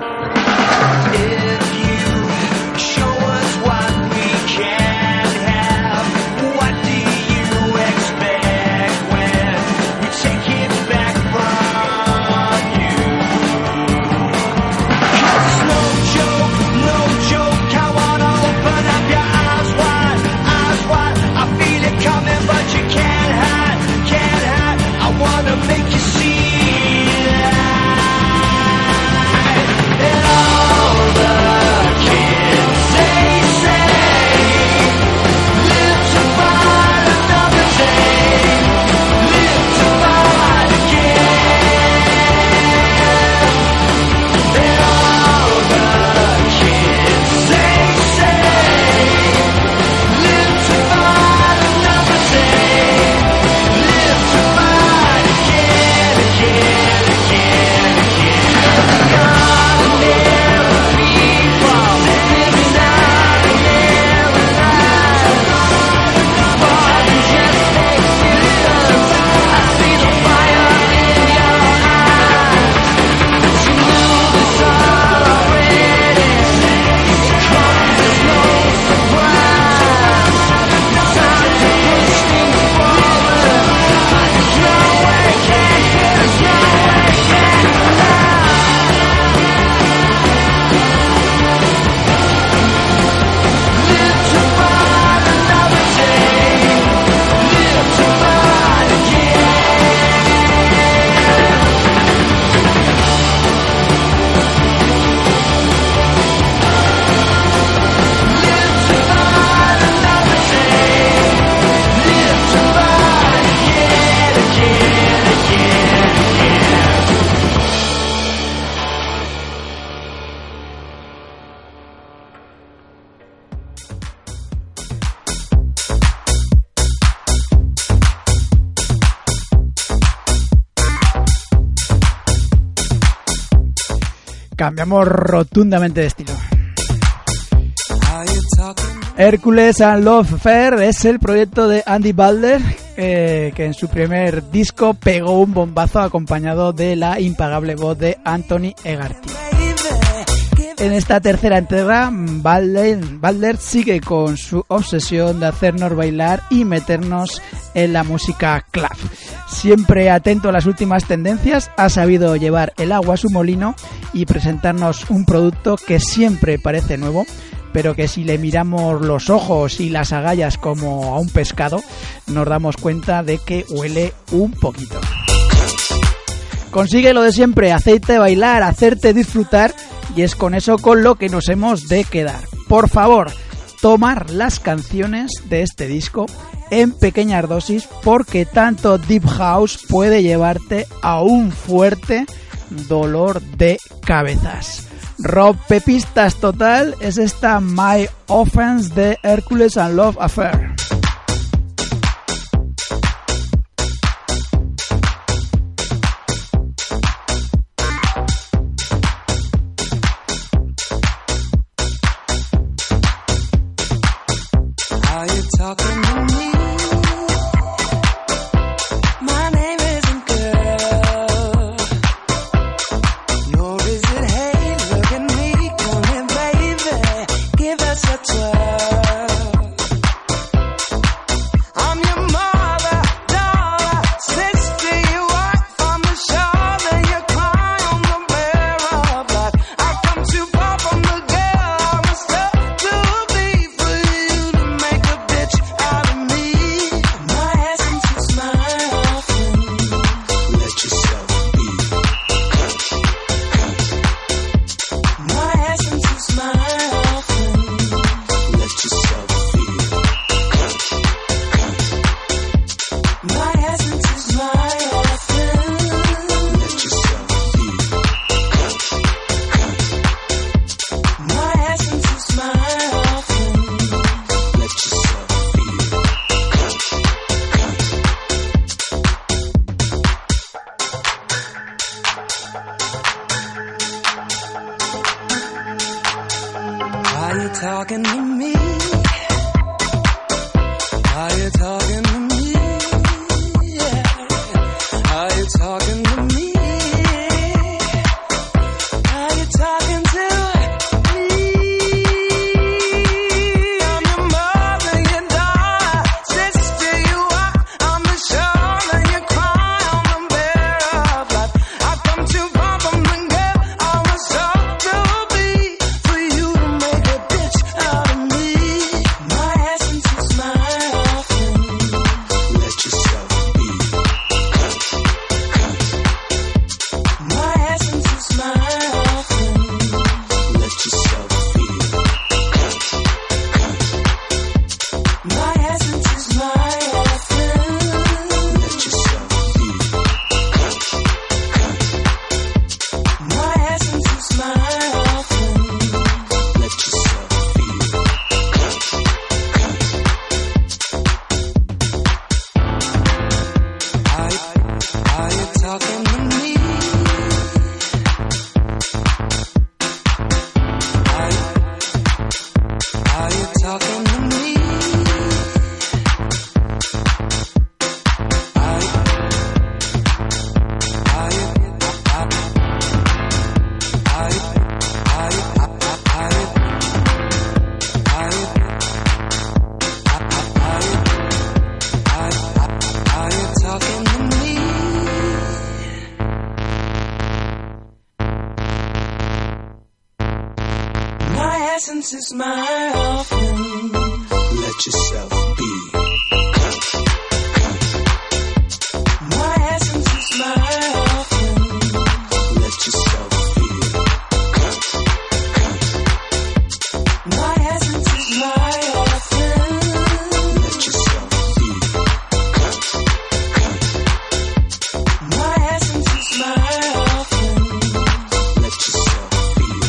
If you show us what we can have, what do you expect when we take it back from you? 'Cause it's no joke, I wanna open up your eyes wide, I feel it coming but you can't hide, I wanna make you see that. And all the kids, they say, live to fight another day, live to fight again. And all the kids, they say, live to fight another day, live to fight again, again, again, again. Gotta never be from living out and never lie. More than just existence, I see the fire in your eyes. But you knew this already, so come, there's no surprise. Time to push things forward, but there's no way back, there's no way back now. Live to fight another day, live to fight again. Live to fight another day, live to fight again, again, again, again. Cambiamos rotundamente de estilo. Hercules and Love Affair es el proyecto de Andy Balder, que en su primer disco pegó un bombazo acompañado de la impagable voz de Anthony Egarty. En esta tercera entrega, Balder sigue con su obsesión de hacernos bailar y meternos en la música club. Siempre atento a las últimas tendencias, ha sabido llevar el agua a su molino y presentarnos un producto que siempre parece nuevo, pero que si le miramos los ojos y las agallas como a un pescado, nos damos cuenta de que huele un poquito. Consigue lo de siempre, hacerte bailar, hacerte disfrutar, y es con eso con lo que nos hemos de quedar. Por favor, tomar las canciones de este disco en pequeñas dosis, porque tanto Deep House puede llevarte a un fuerte dolor de cabezas. Rompepistas total es esta My Offense de Hercules and Love Affair. Are you talking to me? My name isn't girl, nor is it hey, look at me, come here baby, give us a twirl. I'm your mother, daughter, sister, you are from the shore, then you cry on the bear of life. I come too far from the girl I was stuck to be for you to make a bitch out of me. My essence is my offering. Let yourself be. My essence is my offering. Let yourself feel. My essence is my offering. Let yourself be. My essence is my offering. Let yourself feel. Are you talking to me? Are you talking to me? essence is my offering. Let yourself be. My essence is my offering. Let yourself feel. My essence is my offering. Let yourself feel. My essence is my offering. Let yourself feel.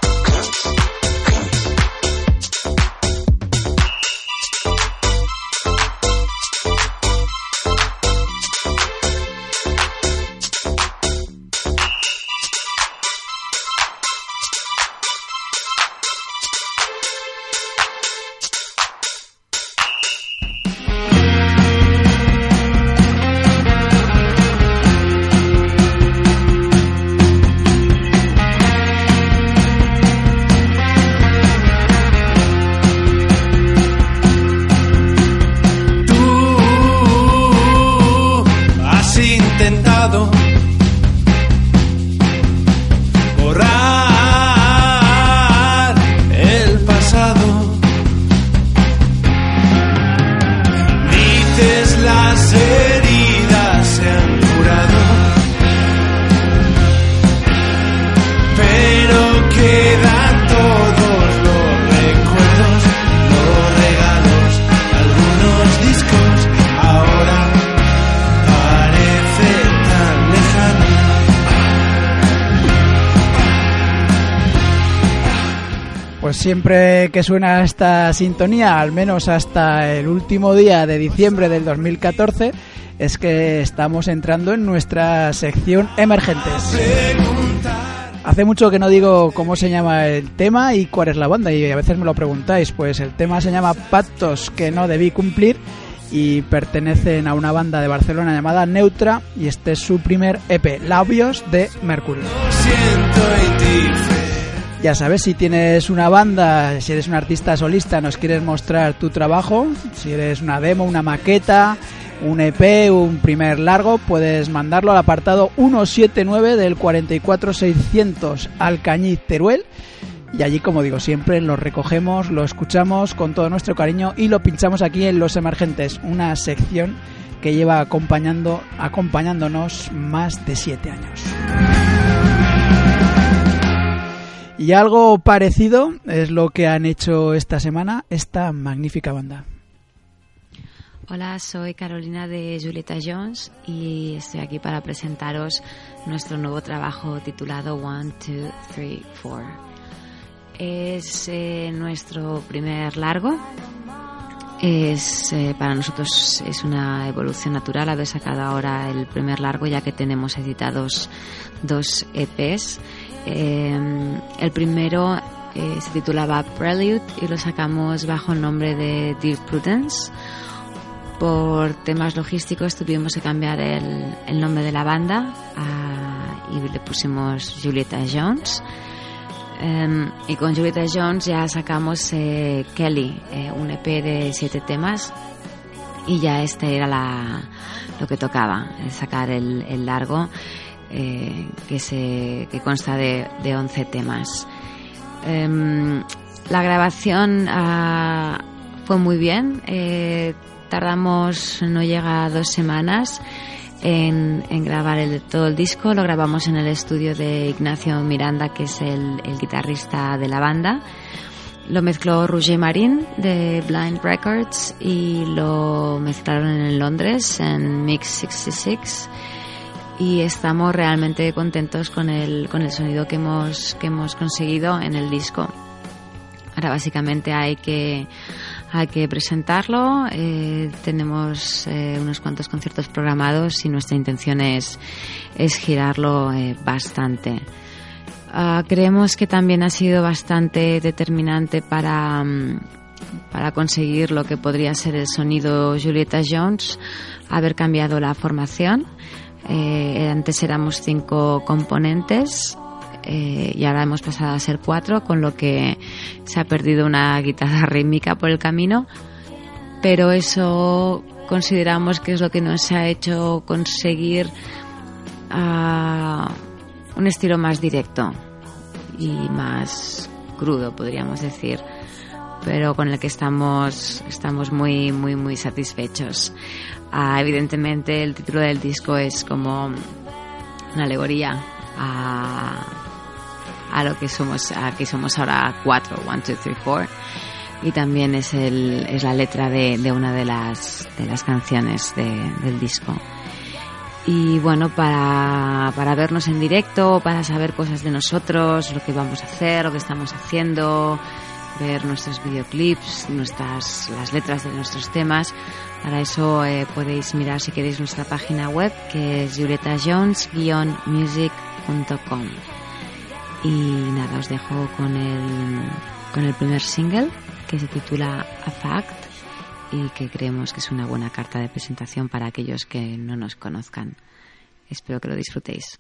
Has intentado borrar el pasado. Dices las heridas se han curado, pero quedan todos los recuerdos, los regalos, algunos discos. Ahora parece tan lejano. Pues siempre que suena esta sintonía, al menos hasta el último día de diciembre del 2014, es que estamos entrando en nuestra sección Emergentes. Hace mucho que no digo cómo se llama el tema y cuál es la banda, y a veces me lo preguntáis. Pues el tema se llama Pactos que no debí cumplir y pertenecen a una banda de Barcelona llamada Neutra, y este es su primer EP, Labios de Mercurio. Ya sabes, si tienes una banda, si eres un artista solista, nos quieres mostrar tu trabajo, si eres una demo, una maqueta, un EP, un primer largo, puedes mandarlo al apartado 179 del 44600 Alcañiz, Teruel, y allí, como digo siempre, lo recogemos, lo escuchamos con todo nuestro cariño y lo pinchamos aquí en Los Emergentes, una sección que lleva acompañándonos más de 7 años. Y algo parecido es lo que han hecho esta semana esta magnífica banda. Hola, soy Carolina de Julieta Jones y estoy aquí para presentaros nuestro nuevo trabajo titulado 1, 2, 3, 4. Es nuestro primer largo. Para nosotros es una evolución natural haber sacado ahora el primer largo, ya que tenemos editados 2 EPs. El primero se titulaba Prelude y lo sacamos bajo el nombre de Dear Prudence. Por temas logísticos tuvimos que cambiar el nombre de la banda y le pusimos Julieta Jones. Y con Julieta Jones ya sacamos Kelly, un EP de 7 temas, y ya este era lo que tocaba, sacar el largo. Que consta de 11 temas. La grabación fue muy bien. Tardamos, no llega a 2 semanas en grabar todo el disco. Lo grabamos en el estudio de Ignacio Miranda, que es el guitarrista de la banda. Lo mezcló Roger Marín de Blind Records y lo mezclaron en Londres en Mix 66. Y estamos realmente contentos con el sonido que hemos conseguido en el disco. Ahora básicamente hay que presentarlo. Tenemos unos cuantos conciertos programados y nuestra intención es girarlo bastante. Creemos que también ha sido bastante determinante para conseguir lo que podría ser el sonido Julieta Jones, haber cambiado la formación. Antes éramos 5 componentes y ahora hemos pasado a ser 4, con lo que se ha perdido una guitarra rítmica por el camino, pero eso consideramos que es lo que nos ha hecho conseguir un estilo más directo y más crudo, podríamos decir, pero con el que estamos muy muy muy satisfechos. Evidentemente el título del disco es como una alegoría a lo que somos, a que somos ahora 4, 1, 2, 3, 4, y también es la letra de una de las canciones del disco. Y bueno, para vernos en directo, para saber cosas de nosotros, lo que vamos a hacer, lo que estamos haciendo, ver nuestros videoclips, las letras de nuestros temas, para eso podéis mirar, si queréis, nuestra página web, que es julietajones-music.com. Y nada, os dejo con el primer single, que se titula A Fact, y que creemos que es una buena carta de presentación para aquellos que no nos conozcan. Espero que lo disfrutéis.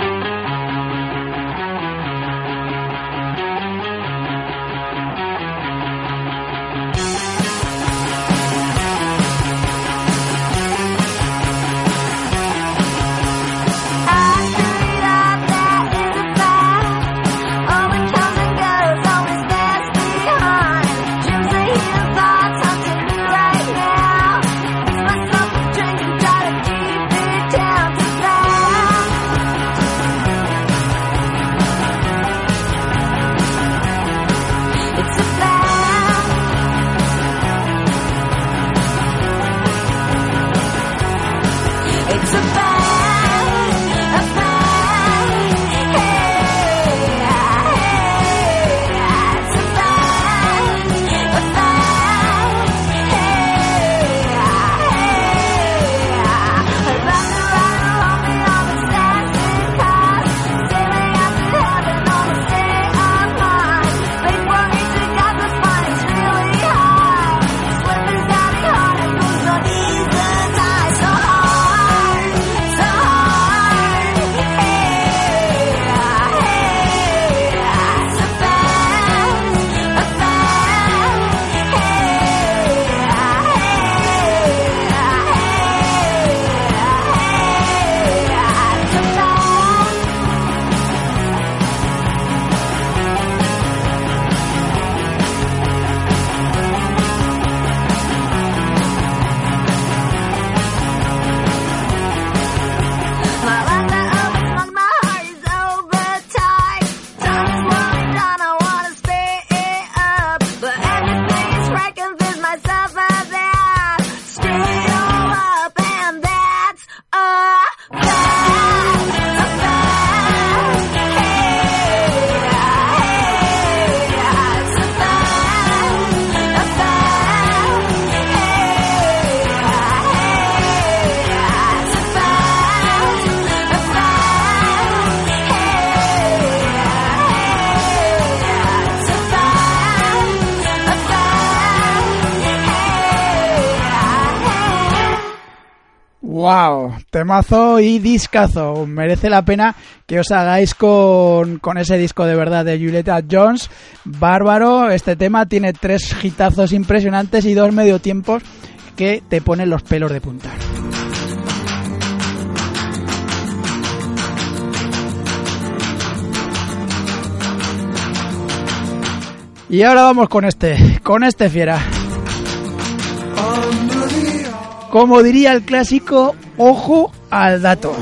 ¡Wow! Temazo y discazo. Merece la pena que os hagáis con ese disco de verdad de Julieta Jones. Bárbaro. Este tema tiene 3 hitazos impresionantes y 2 medio tiempos que te ponen los pelos de punta. Y ahora vamos con este fiera. Como diría el clásico, ojo al dato.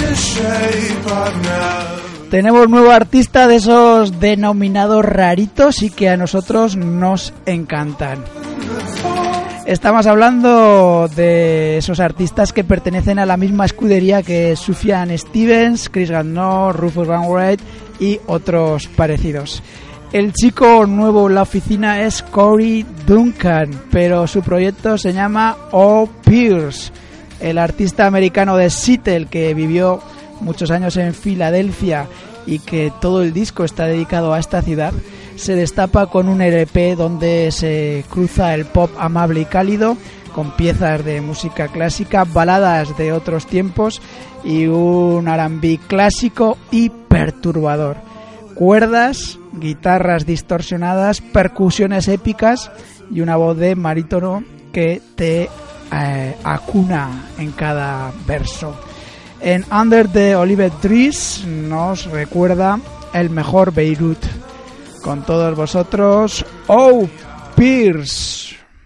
Tenemos nuevo artista de esos denominados raritos y que a nosotros nos encantan. Estamos hablando de esos artistas que pertenecen a la misma escudería que Sufjan Stevens, Chris Gardner, Rufus Wainwright y otros parecidos. El chico nuevo en la oficina es Corey Duncan, pero su proyecto se llama O Pierce. El artista americano de Seattle, que vivió muchos años en Filadelfia y que todo el disco está dedicado a esta ciudad, se destapa con un LP donde se cruza el pop amable y cálido con piezas de música clásica, baladas de otros tiempos y un R&B clásico y perturbador. Cuerdas, guitarras distorsionadas, percusiones épicas y una voz de barítono que te acuna en cada verso. En Under the Olive Trees nos recuerda el mejor Beirut. Con todos vosotros, Oh Pierce.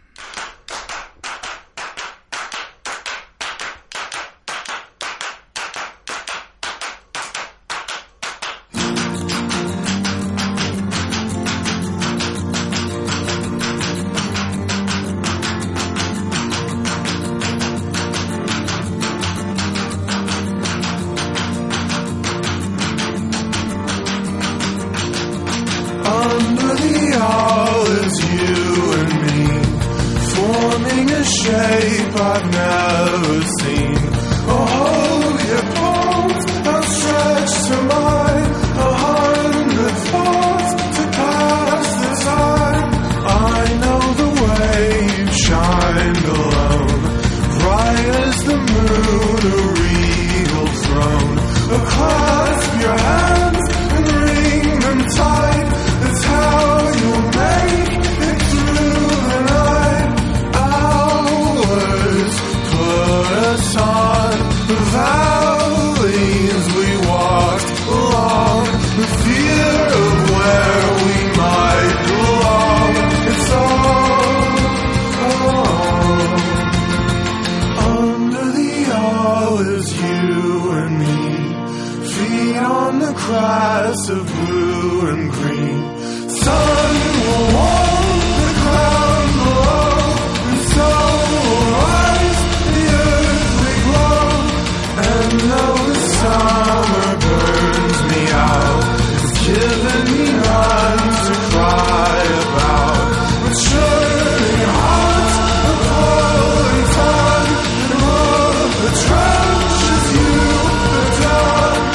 Under the olives, you and me, forming a shape I've never seen. Oh, hold your palms outstretched to mine, 100 thoughts to pass the time. I know the way you shine alone, bright as the moon, a regal throne. Oh, clasp your hands and ring them tight. That's how you'll make it through the night. Hours put us on the valleys we walked along, the fear of where we might belong. It's all under the olives, you and me, feet on the grass of blue and green. Sun will warm the ground below, and so will rise the earthly glow. And though the summer burns me out, it's given me none to cry about. But surely hearts are pulling on, and love the trenches you have done.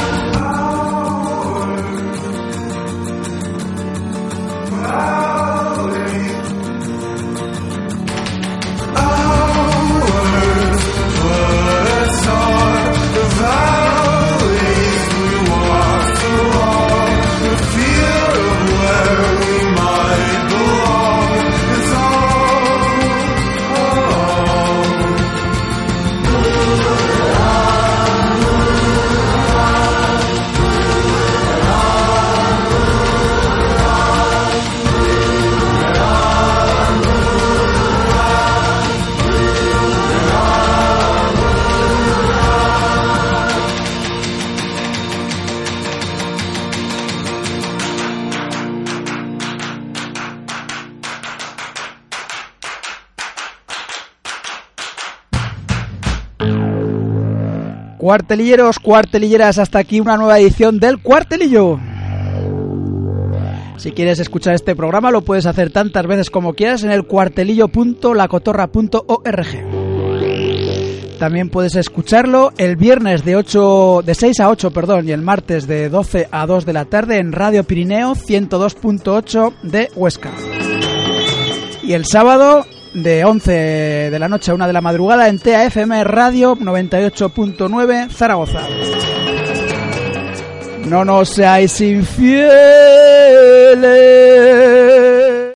Cuartelilleros, cuartelilleras, hasta aquí una nueva edición del Cuartelillo. Si quieres escuchar este programa lo puedes hacer tantas veces como quieras en el cuartelillo.lacotorra.org. También puedes escucharlo el viernes de 6 a 8, y el martes de 12 a 2 de la tarde en Radio Pirineo 102.8 de Huesca. Y el sábado de 11 de la noche a 1 de la madrugada en TAFM Radio 98.9 Zaragoza. No nos seáis infieles.